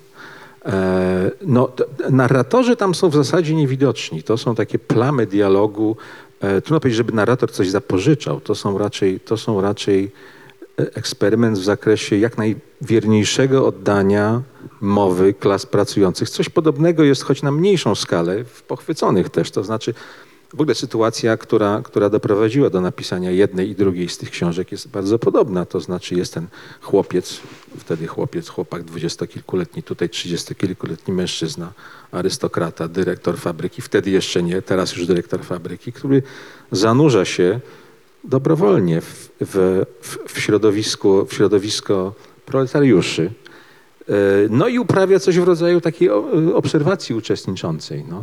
Narratorzy tam są w zasadzie niewidoczni. To są takie plamy dialogu. Trudno powiedzieć, żeby narrator coś zapożyczał. To są raczej eksperyment w zakresie jak najwierniejszego oddania mowy klas pracujących. Coś podobnego jest, choć na mniejszą skalę, w Pochwyconych też. To znaczy w ogóle sytuacja, która doprowadziła do napisania jednej i drugiej z tych książek jest bardzo podobna. To znaczy jest ten chłopak dwudziestokilkuletni, tutaj 30-kilkuletni mężczyzna, arystokrata, dyrektor fabryki, wtedy jeszcze nie, teraz już dyrektor fabryki, który zanurza się dobrowolnie w środowisko proletariuszy. No i uprawia coś w rodzaju takiej obserwacji uczestniczącej. No.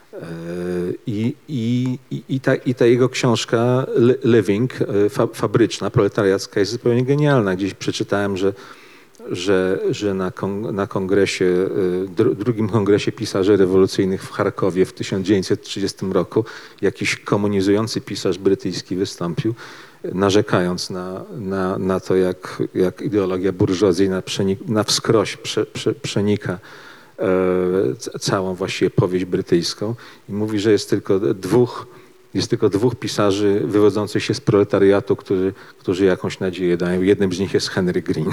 I ta jego książka Living, fabryczna, proletariacka jest zupełnie genialna. Gdzieś przeczytałem, że na kongresie, drugim kongresie pisarzy rewolucyjnych w Charkowie w 1930 roku jakiś komunizujący pisarz brytyjski wystąpił, narzekając na to, jak ideologia burżuazyjna na wskroś przenika całą właściwie powieść brytyjską i mówi, że jest tylko dwóch pisarzy wywodzących się z proletariatu, którzy jakąś nadzieję dają. Jednym z nich jest Henry Green.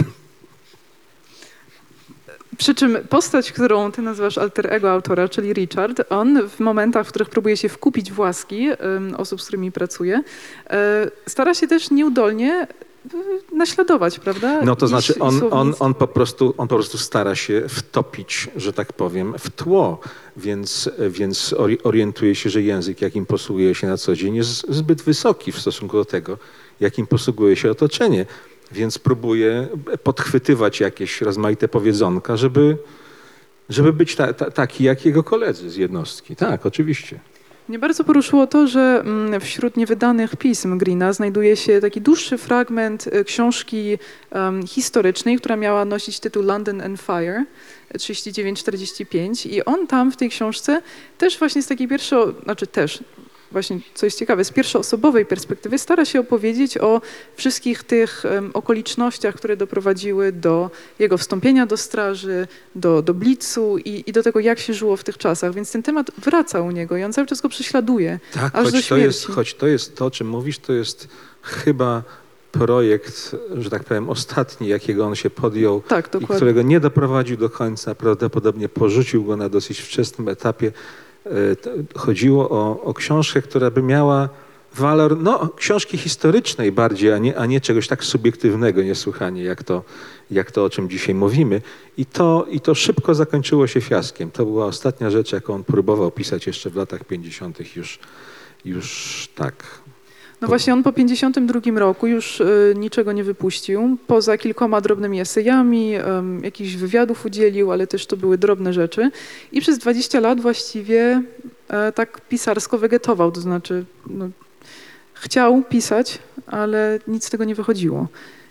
Przy czym postać, którą ty nazywasz alter ego autora, czyli Richard, on w momentach, w których próbuje się wkupić w łaski osób, z którymi pracuje, stara się też nieudolnie naśladować, prawda? No to znaczy on po prostu stara się wtopić, że tak powiem, w tło, więc orientuje się, że język, jakim posługuje się na co dzień, jest zbyt wysoki w stosunku do tego, jakim posługuje się otoczenie. Więc próbuje podchwytywać jakieś rozmaite powiedzonka, żeby być taki jak jego koledzy z jednostki. Tak, oczywiście. Mnie bardzo poruszyło to, że wśród niewydanych pism Greena znajduje się taki dłuższy fragment książki historycznej, która miała nosić tytuł London and Fire 39-45 i on tam w tej książce też właśnie z takiej właśnie co jest ciekawe, z pierwszoosobowej perspektywy stara się opowiedzieć o wszystkich tych okolicznościach, które doprowadziły do jego wstąpienia do straży, do blitzu i do tego, jak się żyło w tych czasach. Więc ten temat wraca u niego i on cały czas go prześladuje, tak, aż do śmierci. Choć to jest to, o czym mówisz, to jest chyba projekt, że tak powiem, ostatni, jakiego on się podjął i którego nie doprowadził do końca, prawdopodobnie porzucił go na dosyć wczesnym etapie. Chodziło o książkę, która by miała walor książki historycznej bardziej, a nie czegoś tak subiektywnego niesłychanie, jak to, o czym dzisiaj mówimy. I to szybko zakończyło się fiaskiem. To była ostatnia rzecz, jaką on próbował pisać jeszcze w latach 50. już tak. No właśnie on po 52 roku już niczego nie wypuścił, poza kilkoma drobnymi esejami, jakichś wywiadów udzielił, ale też to były drobne rzeczy. I przez 20 lat właściwie tak pisarsko wegetował, to znaczy chciał pisać, ale nic z tego nie wychodziło.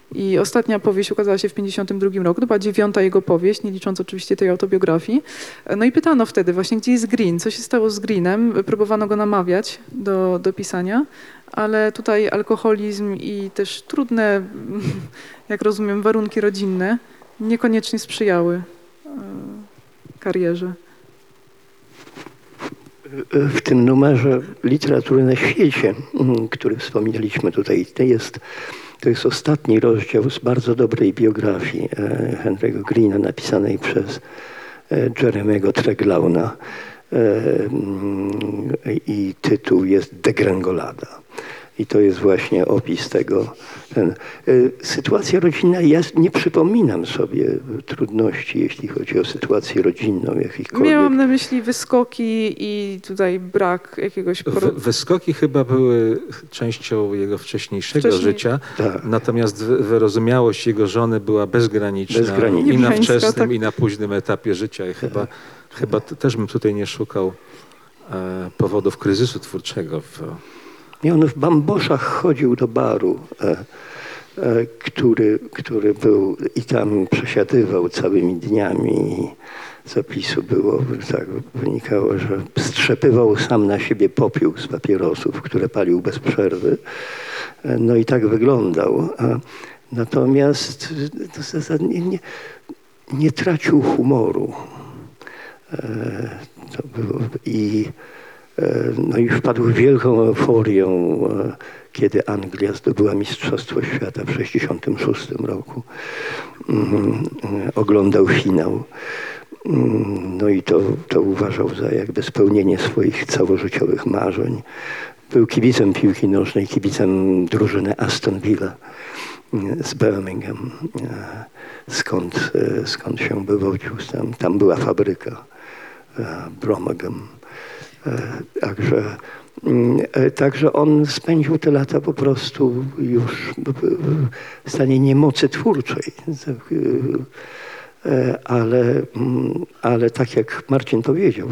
I ostatnia powieść ukazała się w 1952 roku, to była 9. jego powieść, nie licząc oczywiście tej autobiografii. No i pytano wtedy właśnie, gdzie jest Green, co się stało z Greenem. Próbowano go namawiać do pisania, ale tutaj alkoholizm i też trudne, jak rozumiem, warunki rodzinne niekoniecznie sprzyjały karierze. W tym numerze Literatury na świecie, który wspomnieliśmy tutaj, to jest ostatni rozdział z bardzo dobrej biografii Henry'ego Greena, napisanej przez Jeremy'ego Treglauna. I tytuł jest Degrengolada. I to jest właśnie opis tego. Sytuacja rodzinna, ja nie przypominam sobie trudności, jeśli chodzi o sytuację rodzinną jakichkolwiek. Miałam na myśli wyskoki i tutaj brak jakiegoś... Wyskoki chyba były częścią jego wcześniejszego życia, tak. Natomiast wyrozumiałość jego żony była bezgraniczna. I na wczesnym, tak. I na późnym etapie życia. I chyba też bym tutaj nie szukał powodów kryzysu twórczego. Nie, on w Bamboszach chodził do baru, który był i tam przesiadywał całymi dniami. Z opisu tak wynikało, że strzepywał sam na siebie popiół z papierosów, które palił bez przerwy. No i tak wyglądał. Natomiast nie tracił humoru. To było no i wpadł w wielką euforię, kiedy Anglia zdobyła Mistrzostwo Świata w 1966 roku. Oglądał finał. No i to uważał za jakby spełnienie swoich całożyciowych marzeń. Był kibicem piłki nożnej, kibicem drużyny Aston Villa z Birmingham, skąd się wywodził. Tam była fabryka Bromagam. Także on spędził te lata po prostu już w stanie niemocy twórczej. Ale tak jak Marcin powiedział,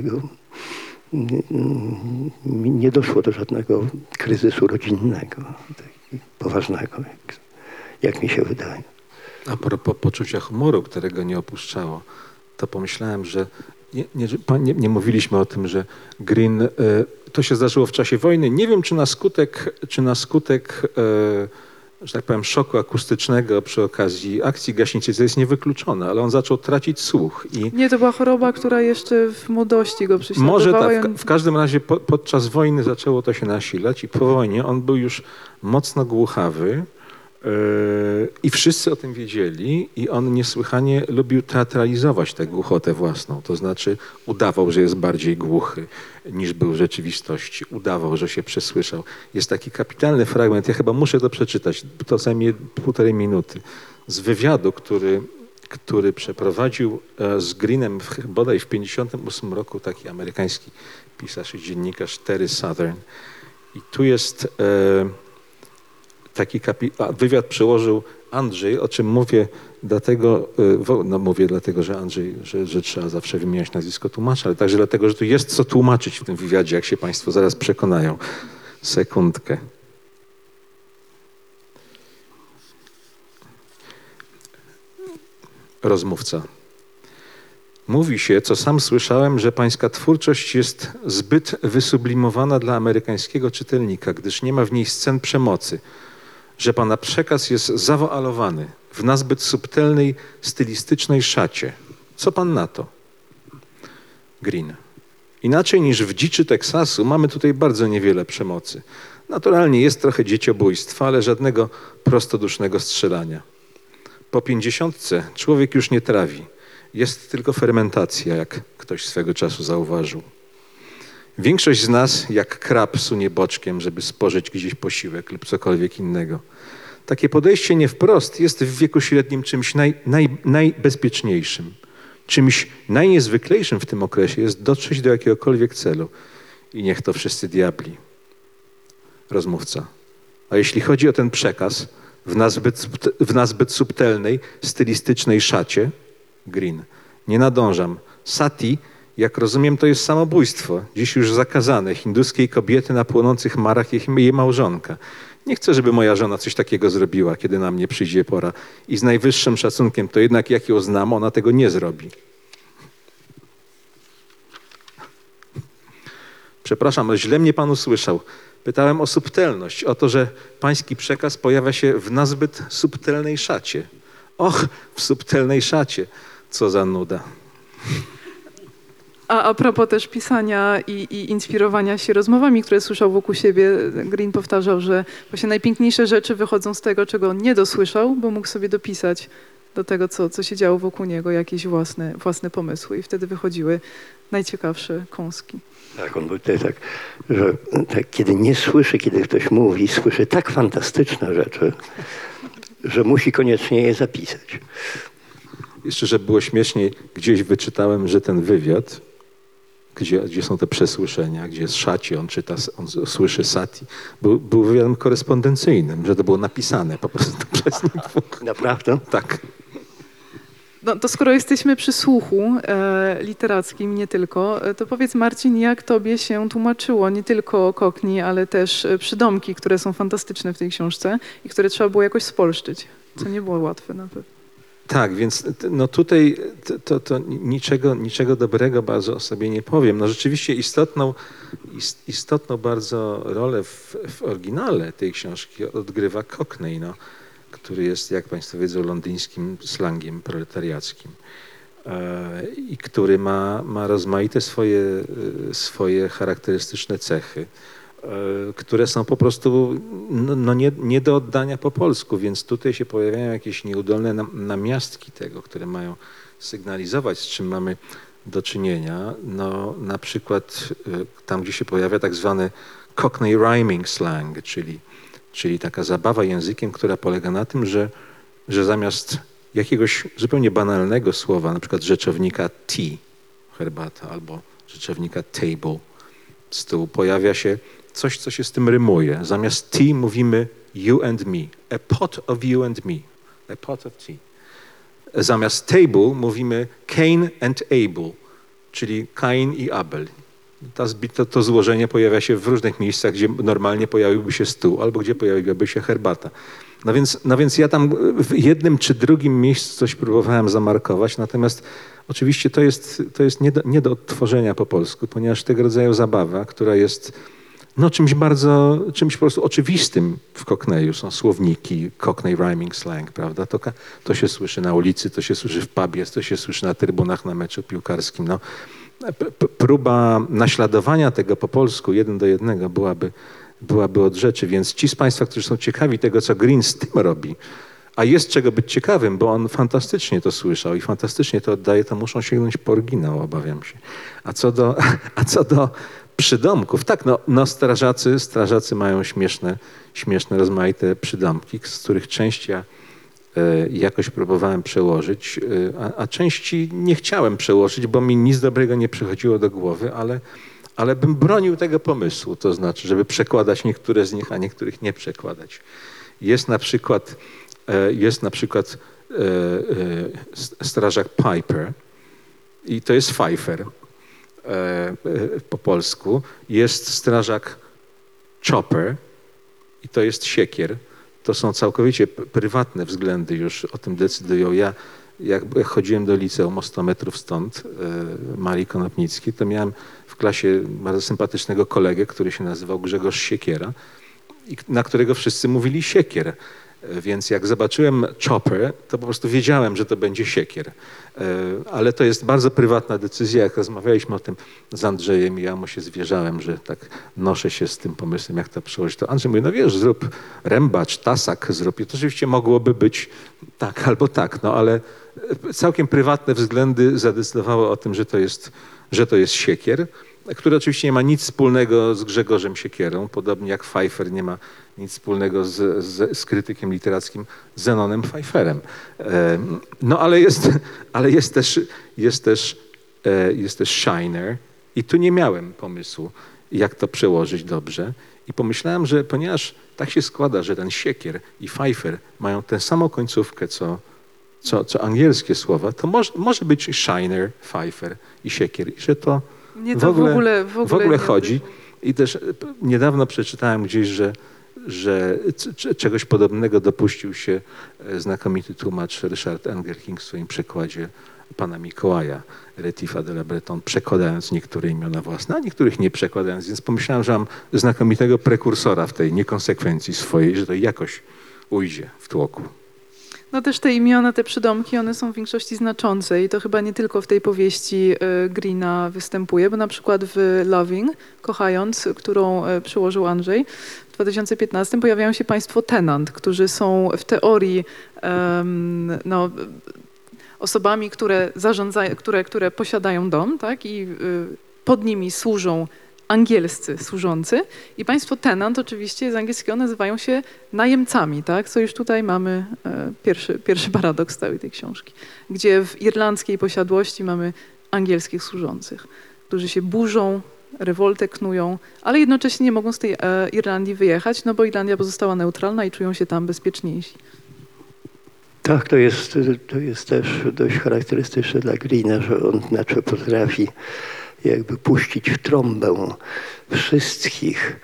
nie doszło do żadnego kryzysu rodzinnego, poważnego, jak mi się wydaje. A propos poczucia humoru, którego nie opuszczało, to pomyślałem, że nie mówiliśmy o tym, że Green, to się zdarzyło w czasie wojny. Nie wiem, czy na skutek że tak powiem, szoku akustycznego przy okazji akcji gaśniczej, to jest niewykluczone, ale on zaczął tracić słuch. Nie, to była choroba, która jeszcze w młodości go prześladowała. Może tak, w każdym razie podczas wojny zaczęło to się nasilać i po wojnie on był już mocno głuchawy. I wszyscy o tym wiedzieli i on niesłychanie lubił teatralizować tę głuchotę własną. To znaczy udawał, że jest bardziej głuchy niż był w rzeczywistości. Udawał, że się przesłyszał. Jest taki kapitalny fragment, ja chyba muszę to przeczytać, to zajmie 1,5 minuty, z wywiadu, który przeprowadził z Greenem bodaj w 1958 roku taki amerykański pisarz i dziennikarz Terry Southern. I tu jest... taki wywiad przełożył Andrzej, o czym mówię dlatego, że Andrzej, że trzeba zawsze wymieniać nazwisko tłumacza, ale także dlatego, że tu jest co tłumaczyć w tym wywiadzie, jak się Państwo zaraz przekonają. Sekundkę. Rozmówca. Mówi się, co sam słyszałem, że pańska twórczość jest zbyt wysublimowana dla amerykańskiego czytelnika, gdyż nie ma w niej scen przemocy, że pana przekaz jest zawoalowany w nazbyt subtelnej, stylistycznej szacie. Co pan na to? Green. Inaczej niż w dziczy Teksasu mamy tutaj bardzo niewiele przemocy. Naturalnie jest trochę dzieciobójstwa, ale żadnego prostodusznego strzelania. Po 50 człowiek już nie trawi. Jest tylko fermentacja, jak ktoś swego czasu zauważył. Większość z nas, jak krab, sunie boczkiem, żeby spożyć gdzieś posiłek lub cokolwiek innego. Takie podejście nie wprost jest w wieku średnim czymś najbezpieczniejszym. Czymś najniezwyklejszym w tym okresie jest dotrzeć do jakiegokolwiek celu. I niech to wszyscy diabli. Rozmówca. A jeśli chodzi o ten przekaz w nazbyt subtelnej, stylistycznej szacie, Green, nie nadążam. Sati, jak rozumiem, to jest samobójstwo, dziś już zakazane, hinduskiej kobiety na płonących marach jej małżonka. Nie chcę, żeby moja żona coś takiego zrobiła, kiedy na mnie przyjdzie pora. I z najwyższym szacunkiem, to jednak jak ją znam, ona tego nie zrobi. Przepraszam, ale źle mnie pan usłyszał. Pytałem o subtelność, o to, że pański przekaz pojawia się w nazbyt subtelnej szacie. Och, w subtelnej szacie. Co za nuda. A propos też pisania i inspirowania się rozmowami, które słyszał wokół siebie, Green powtarzał, że właśnie najpiękniejsze rzeczy wychodzą z tego, czego on nie dosłyszał, bo mógł sobie dopisać do tego, co się działo wokół niego, jakieś własne pomysły i wtedy wychodziły najciekawsze kąski. Tak, on był tutaj tak, że tak, kiedy nie słyszy, kiedy ktoś mówi, słyszy tak fantastyczne rzeczy, że musi koniecznie je zapisać. Jeszcze, żeby było śmieszniej, gdzieś wyczytałem, że ten wywiad, gdzie są te przesłyszenia, gdzie jest szaci, on słyszy sati, był wywiadem korespondencyjnym, że to było napisane po prostu przez nich dwóch. Naprawdę? Tak. No to skoro jesteśmy przy słuchu literackim, nie tylko, to powiedz Marcin, jak tobie się tłumaczyło nie tylko Cockney, ale też przydomki, które są fantastyczne w tej książce i które trzeba było jakoś spolszczyć, co nie było łatwe na pewno. Tak, więc no tutaj to niczego dobrego bardzo o sobie nie powiem. No rzeczywiście istotną bardzo rolę w oryginale tej książki odgrywa Cockney, no, który jest, jak państwo wiedzą, londyńskim slangiem proletariackim i który ma rozmaite swoje charakterystyczne cechy, które są po prostu nie do oddania po polsku, więc tutaj się pojawiają jakieś nieudolne namiastki tego, które mają sygnalizować, z czym mamy do czynienia. No, na przykład tam, gdzie się pojawia tak zwany Cockney rhyming slang, czyli taka zabawa językiem, która polega na tym, że zamiast jakiegoś zupełnie banalnego słowa, na przykład rzeczownika tea, herbata, albo rzeczownika table, stół, pojawia się coś, co się z tym rymuje. Zamiast tea mówimy you and me. A pot of you and me. A pot of tea. Zamiast table mówimy Cain and Abel, czyli Kain i Abel. To złożenie pojawia się w różnych miejscach, gdzie normalnie pojawiłby się stół, albo gdzie pojawiłaby się herbata. No więc ja tam w jednym czy drugim miejscu coś próbowałem zamarkować, natomiast oczywiście to jest nie do odtworzenia po polsku, ponieważ tego rodzaju zabawa, która jest no, czymś po prostu oczywistym w Cockneyu, są słowniki, Cockney rhyming slang, prawda? To się słyszy na ulicy, to się słyszy w pubie, to się słyszy na trybunach na meczu piłkarskim. No, próba naśladowania tego po polsku 1:1 byłaby od rzeczy, więc ci z państwa, którzy są ciekawi tego, co Green z tym robi, a jest czego być ciekawym, bo on fantastycznie to słyszał i fantastycznie to oddaje, to muszą sięgnąć po oryginał, obawiam się. A co do przydomków, tak, no strażacy mają śmieszne, rozmaite przydomki, z których część ja jakoś próbowałem przełożyć, a części nie chciałem przełożyć, bo mi nic dobrego nie przychodziło do głowy, ale bym bronił tego pomysłu, to znaczy, żeby przekładać niektóre z nich, a niektórych nie przekładać. Jest na przykład strażak Piper i to jest Pfeiffer po polsku. Jest strażak Chopper i to jest siekier. To są całkowicie prywatne względy, już o tym decydują. Ja jak chodziłem do liceum o 100 metrów stąd, Marii Konopnickiej, to miałem w klasie bardzo sympatycznego kolegę, który się nazywał Grzegorz Siekiera, na którego wszyscy mówili siekier. Więc jak zobaczyłem Chopper, to po prostu wiedziałem, że to będzie siekier. Ale to jest bardzo prywatna decyzja. Jak rozmawialiśmy o tym z Andrzejem i ja mu się zwierzałem, że tak noszę się z tym pomysłem, jak to przełożyć, to Andrzej mówi, no wiesz, zrób rębacz, tasak zrób. I to oczywiście mogłoby być tak albo tak, no ale całkiem prywatne względy zadecydowały o tym, że to jest siekier, który oczywiście nie ma nic wspólnego z Grzegorzem Siekierą, podobnie jak Pfeiffer nie ma nic wspólnego z krytykiem literackim Zenonem Pfeifferem. No ale jest też Shiner i tu nie miałem pomysłu, jak to przełożyć dobrze. I pomyślałem, że ponieważ tak się składa, że ten siekier i Pfeiffer mają tę samą końcówkę, co angielskie słowa, to może być Shiner, Pfeiffer i siekier i że to Nie, to w ogóle chodzi. I też niedawno przeczytałem gdzieś, że czegoś podobnego dopuścił się znakomity tłumacz Ryszard Engelking w swoim przekładzie pana Mikołaja Retifa de la Breton, przekładając niektóre imiona własne, a niektórych nie przekładając. Więc pomyślałem, że mam znakomitego prekursora w tej niekonsekwencji swojej, że to jakoś ujdzie w tłoku. No też te imiona, te przydomki, one są w większości znaczące i to chyba nie tylko w tej powieści Greena występuje, bo na przykład w Loving, Kochając, którą przyłożył Andrzej, w 2015 pojawiają się państwo Tennant, którzy są w teorii osobami, które zarządzają, które posiadają dom, tak? I pod nimi służą angielscy służący i państwo tenant oczywiście z angielskiego nazywają się najemcami, tak? Co już tutaj mamy pierwszy paradoks całej tej książki, gdzie w irlandzkiej posiadłości mamy angielskich służących, którzy się burzą, rewoltę knują, ale jednocześnie nie mogą z tej Irlandii wyjechać, no bo Irlandia pozostała neutralna i czują się tam bezpieczniejsi. Tak, to jest też dość charakterystyczne dla Greena, że on znaczy potrafi jakby puścić w trąbę wszystkich,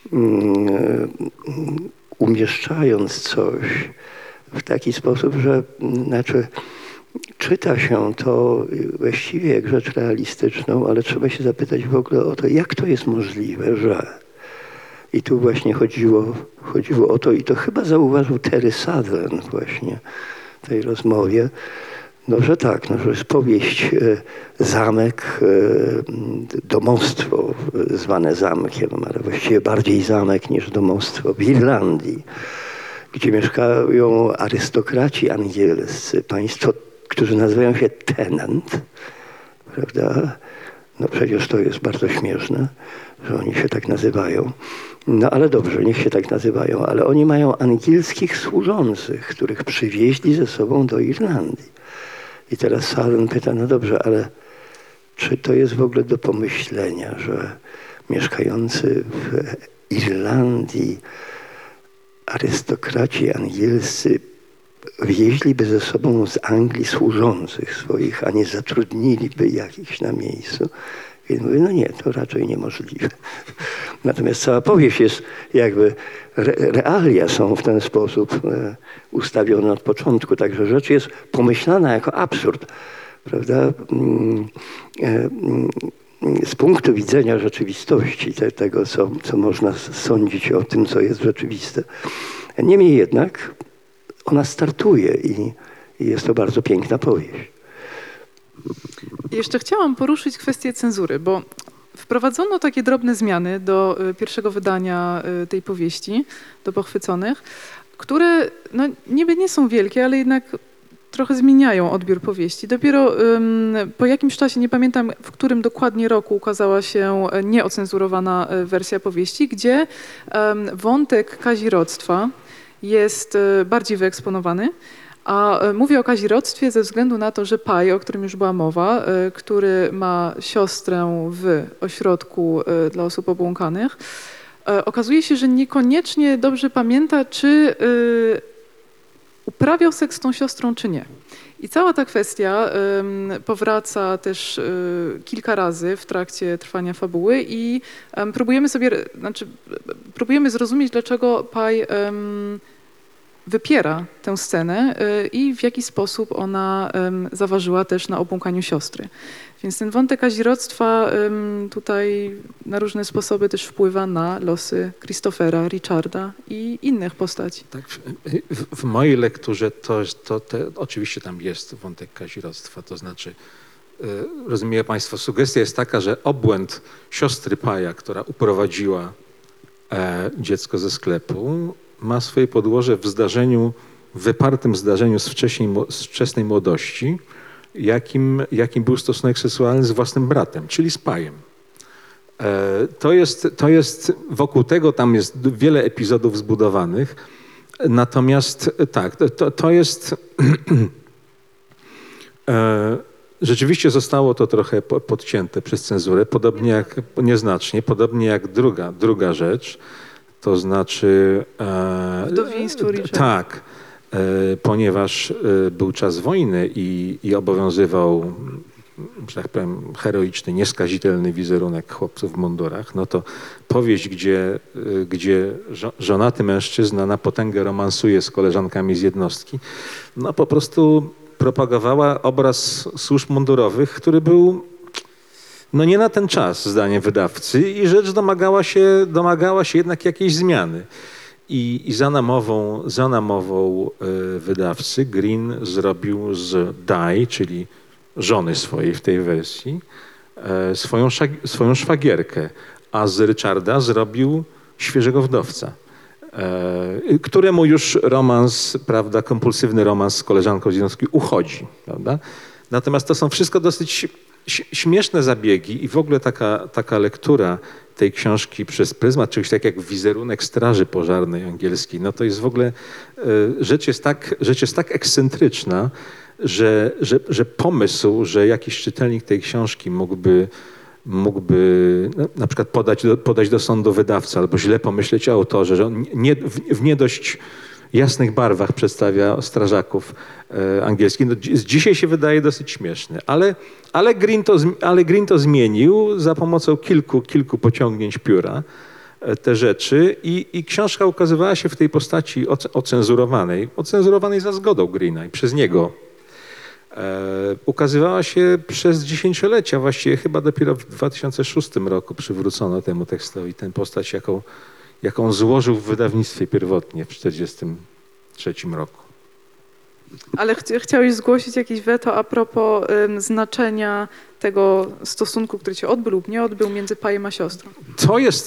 umieszczając coś w taki sposób, że znaczy czyta się to właściwie jak rzecz realistyczną, ale trzeba się zapytać w ogóle o to, jak to jest możliwe, że... I tu właśnie chodziło o to, i to chyba zauważył Terry Sutherland właśnie w tej rozmowie, no, że tak, no, że jest powieść zamek, domostwo zwane zamkiem, ale właściwie bardziej zamek niż domostwo w Irlandii, gdzie mieszkają arystokraci angielscy, państwo, którzy nazywają się tenant, prawda? No przecież to jest bardzo śmieszne, że oni się tak nazywają. No ale dobrze, niech się tak nazywają, ale oni mają angielskich służących, których przywieźli ze sobą do Irlandii. I teraz Salen pyta, no dobrze, ale czy to jest w ogóle do pomyślenia, że mieszkający w Irlandii arystokraci angielscy wieźliby ze sobą z Anglii służących swoich, a nie zatrudniliby jakichś na miejscu? Więc mówię, no nie, to raczej niemożliwe. Natomiast cała powieść jest jakby, realia są w ten sposób ustawione od początku, także rzecz jest pomyślana jako absurd, prawda? Z punktu widzenia rzeczywistości, tego, co można sądzić o tym, co jest rzeczywiste. Niemniej jednak ona startuje i jest to bardzo piękna powieść. Jeszcze chciałam poruszyć kwestię cenzury, bo wprowadzono takie drobne zmiany do pierwszego wydania tej powieści, do Pochwyconych, które no, niby nie są wielkie, ale jednak trochę zmieniają odbiór powieści. Dopiero po jakimś czasie, nie pamiętam w którym dokładnie roku, ukazała się nieocenzurowana wersja powieści, gdzie wątek kazirodztwa jest bardziej wyeksponowany. A mówię o kazirodztwie ze względu na to, że Paj, o którym już była mowa, który ma siostrę w ośrodku dla osób obłąkanych, okazuje się, że niekoniecznie dobrze pamięta, czy uprawiał seks z tą siostrą, czy nie. I cała ta kwestia powraca też kilka razy w trakcie trwania fabuły i próbujemy zrozumieć, dlaczego Paj wypiera tę scenę i w jaki sposób ona zaważyła też na obłąkaniu siostry. Więc ten wątek kazirodztwa tutaj na różne sposoby też wpływa na losy Christophera, Richarda i innych postaci. Tak, w mojej lekturze oczywiście tam jest wątek kazirodztwa, to znaczy rozumieją Państwo, sugestia jest taka, że obłęd siostry Paja, która uprowadziła dziecko ze sklepu, ma swoje podłoże w zdarzeniu, wypartym zdarzeniu z wczesnej młodości, jakim był stosunek seksualny z własnym bratem, czyli z Pajem. To jest wokół tego tam jest wiele epizodów zbudowanych, natomiast tak, to jest rzeczywiście zostało to trochę podcięte przez cenzurę, nieznacznie, podobnie jak druga rzecz. To znaczy... Wdowieństwo Richarda. Tak, ponieważ był czas wojny i obowiązywał że tak powiem, heroiczny, nieskazitelny wizerunek chłopców w mundurach, no to powieść, gdzie żonaty mężczyzna na potęgę romansuje z koleżankami z jednostki, no po prostu propagowała obraz służb mundurowych, który był no nie na ten czas, zdaniem wydawcy, i rzecz domagała się jednak jakiejś zmiany. I za namową wydawcy Green zrobił z Di, czyli żony swojej w tej wersji, swoją szwagierkę, a z Richarda zrobił świeżego wdowca, któremu już romans, prawda, kompulsywny romans z koleżanką z jednostki uchodzi, prawda? Natomiast to są wszystko dosyć śmieszne zabiegi i w ogóle taka lektura tej książki przez pryzmat czegoś tak jak wizerunek straży pożarnej angielskiej, no to jest w ogóle, rzecz jest tak ekscentryczna, że pomysł, że jakiś czytelnik tej książki mógłby no, na przykład podać do sądu wydawcę albo źle pomyśleć o autorze, że on w nie dość jasnych barwach przedstawia strażaków angielskich. No, dzisiaj się wydaje dosyć śmieszny, ale Green to zmienił za pomocą kilku pociągnięć pióra te rzeczy i książka ukazywała się w tej postaci ocenzurowanej za zgodą Greena i przez niego. Ukazywała się przez dziesięciolecia, właściwie chyba dopiero w 2006 roku przywrócono temu tekstowi tę postać, jaką złożył w wydawnictwie pierwotnie w 1943 roku. Ale chciałeś zgłosić jakieś weto a propos znaczenia tego stosunku, który się odbył lub nie odbył między Pajem a siostrą. To jest,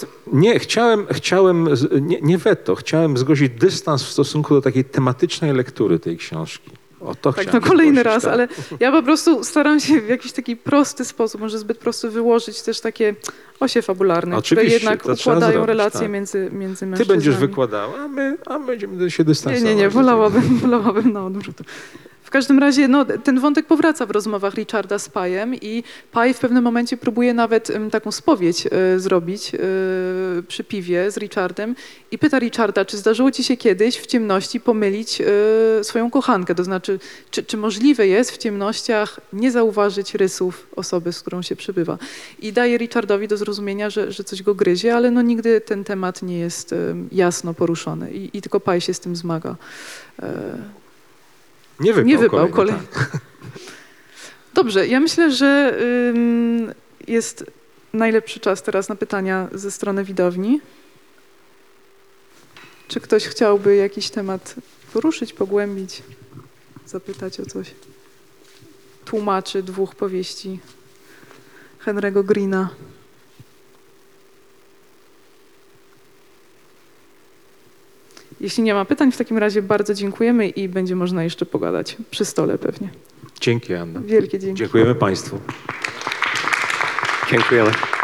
nie weto, chciałem zgłosić dystans w stosunku do takiej tematycznej lektury tej książki. O, to Tak, chciałem no kolejny zgłosić, raz, tak. ale ja po prostu staram się w jakiś taki prosty sposób, może zbyt prosty, wyłożyć też takie osie fabularne, które Oczywiście, jednak to trzeba układają zrobić, relacje tak. między mężczyznami. Ty będziesz wykładała, a my będziemy się dystansować. Nie, wolałabym na odwrót. W każdym razie no, ten wątek powraca w rozmowach Richarda z Pajem i Paj w pewnym momencie próbuje nawet taką spowiedź zrobić przy piwie z Richardem i pyta Richarda, czy zdarzyło ci się kiedyś w ciemności pomylić swoją kochankę, to znaczy, czy możliwe jest w ciemnościach nie zauważyć rysów osoby, z którą się przybywa. I daje Richardowi do zrozumienia, że coś go gryzie, ale no, nigdy ten temat nie jest jasno poruszony i tylko Paj się z tym zmaga. Nie wypał kolejny. Tak. Dobrze, ja myślę, że jest najlepszy czas teraz na pytania ze strony widowni. Czy ktoś chciałby jakiś temat poruszyć, pogłębić, zapytać o coś? Tłumaczy dwóch powieści Henry'ego Greena. Jeśli nie ma pytań, w takim razie bardzo dziękujemy i będzie można jeszcze pogadać przy stole pewnie. Dzięki, Anna. Wielkie dzięki. Dziękujemy Państwu. Dziękujemy.